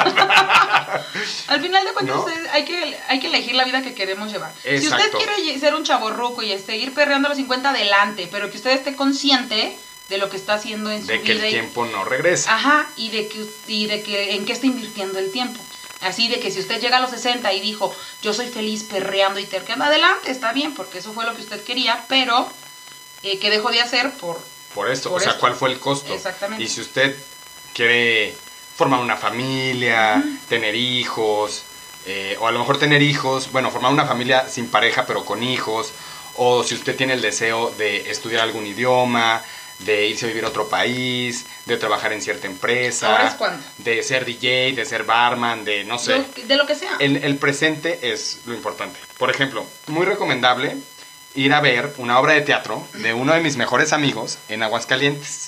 Al final de cuentas, ¿no? hay, que, hay que elegir la vida que queremos llevar.
Exacto.
Si usted quiere ser un chavorruco y seguir perreando a los cincuenta, adelante, pero que usted esté consciente de lo que está haciendo en su
vida. De que
vida
el
y,
tiempo no regresa.
Ajá, y de que, y de que en qué está invirtiendo el tiempo. Así de que si usted llega a los sesenta y dijo, yo soy feliz perreando y terqueando, adelante, está bien, porque eso fue lo que usted quería, pero eh, ¿qué dejó de hacer por
Por esto,
por
o sea,
esto.
¿cuál fue el costo?
Exactamente.
Y si usted quiere formar una familia, uh-huh. tener hijos, eh, o a lo mejor tener hijos, bueno, formar una familia sin pareja, pero con hijos, o si usted tiene el deseo de estudiar algún idioma, de irse a vivir a otro país, de trabajar en cierta empresa,
¿ahora es cuándo?
De ser D J, de ser barman, de no sé.
De, de lo que sea.
El, el presente es lo importante. Por ejemplo, muy recomendable ir a ver una obra de teatro de uno de mis mejores amigos en Aguascalientes.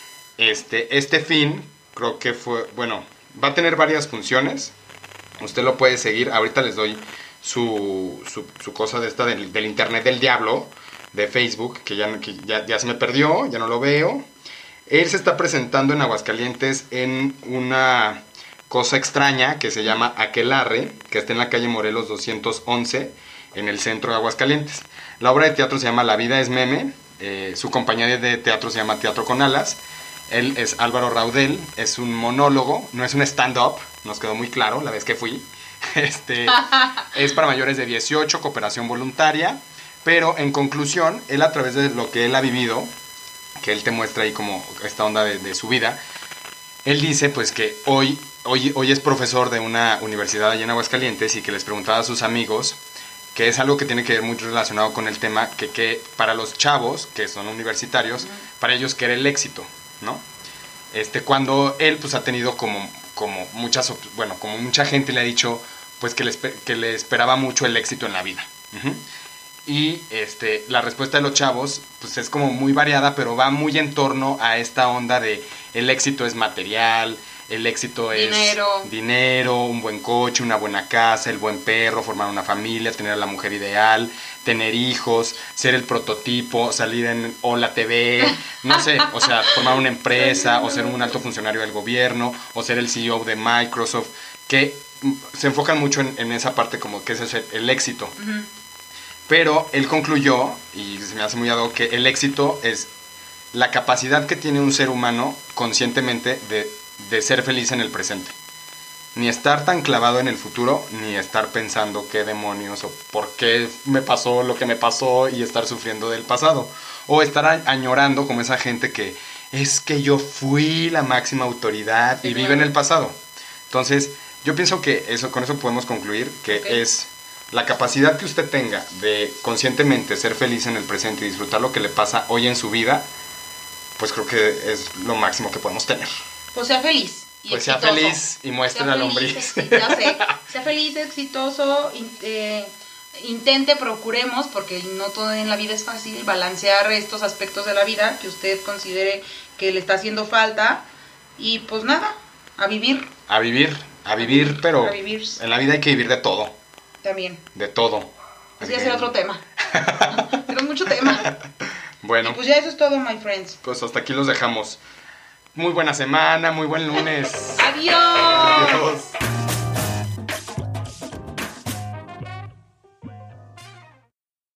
Este, este fin, creo que fue, bueno, va a tener varias funciones. Usted lo puede seguir. Ahorita les doy su, su, su cosa de esta del, del internet del diablo, de Facebook, que, ya, que ya, ya se me perdió, ya no lo veo. Él se está presentando en Aguascalientes en una cosa extraña que se llama Aquelarre, que está en la calle Morelos doscientos once, en el centro de Aguascalientes. La obra de teatro se llama La vida es meme, eh, su compañía de teatro se llama Teatro con Alas. Él es Álvaro Raudel, es un monólogo, no es un stand-up, nos quedó muy claro la vez que fui. Este, es para mayores de dieciocho, cooperación voluntaria. Pero en conclusión, él a través de lo que él ha vivido, que él te muestra ahí como esta onda de, de su vida, él dice pues que hoy, hoy, hoy es profesor de una universidad allá en Aguascalientes y que les preguntaba a sus amigos, que es algo que tiene que ver muy relacionado con el tema, que, que para los chavos, que son universitarios, uh-huh. para ellos que era el éxito, ¿no? Este, cuando él pues ha tenido como, como muchas, bueno, como mucha gente le ha dicho pues que le, que le esperaba mucho el éxito en la vida. Uh-huh. Y este, la respuesta de los chavos pues es como muy variada, pero va muy en torno a esta onda de el éxito es material, el éxito
dinero.
es dinero, un buen coche, una buena casa, el buen perro, formar una familia, tener a la mujer ideal, tener hijos, ser el prototipo, salir en Hola T V, no sé, o sea, formar una empresa, o ser un alto funcionario del gobierno, o ser el C E O de Microsoft, que se enfocan mucho en, en esa parte como que ese es el, el éxito. Uh-huh. Pero él concluyó, y se me hace muy ad hoc, que el éxito es la capacidad que tiene un ser humano conscientemente de, de ser feliz en el presente. Ni estar tan clavado en el futuro, ni estar pensando qué demonios o por qué me pasó lo que me pasó y estar sufriendo del pasado. O estar añorando como esa gente que es que yo fui la máxima autoridad y vive en el pasado. Entonces, yo pienso que eso, con eso podemos concluir que okay. es... la capacidad que usted tenga de conscientemente ser feliz en el presente y disfrutar lo que le pasa hoy en su vida, pues creo que es lo máximo que podemos tener.
Pues sea feliz y
pues
exitoso.
Sea feliz y muestre la lombriz.
Ya sé, sea feliz, exitoso, eh, intente, procuremos, porque no todo en la vida es fácil, balancear estos aspectos de la vida que usted considere que le está haciendo falta y pues nada, a vivir.
A vivir. A vivir, pero
A vivir.
en la vida hay que vivir de todo.
También.
De todo.
Así va a ser otro tema. Tenemos mucho tema.
Bueno.
Y pues ya eso es todo, my friends.
Pues hasta aquí los dejamos. Muy buena semana, muy buen lunes.
Adiós.
Adiós.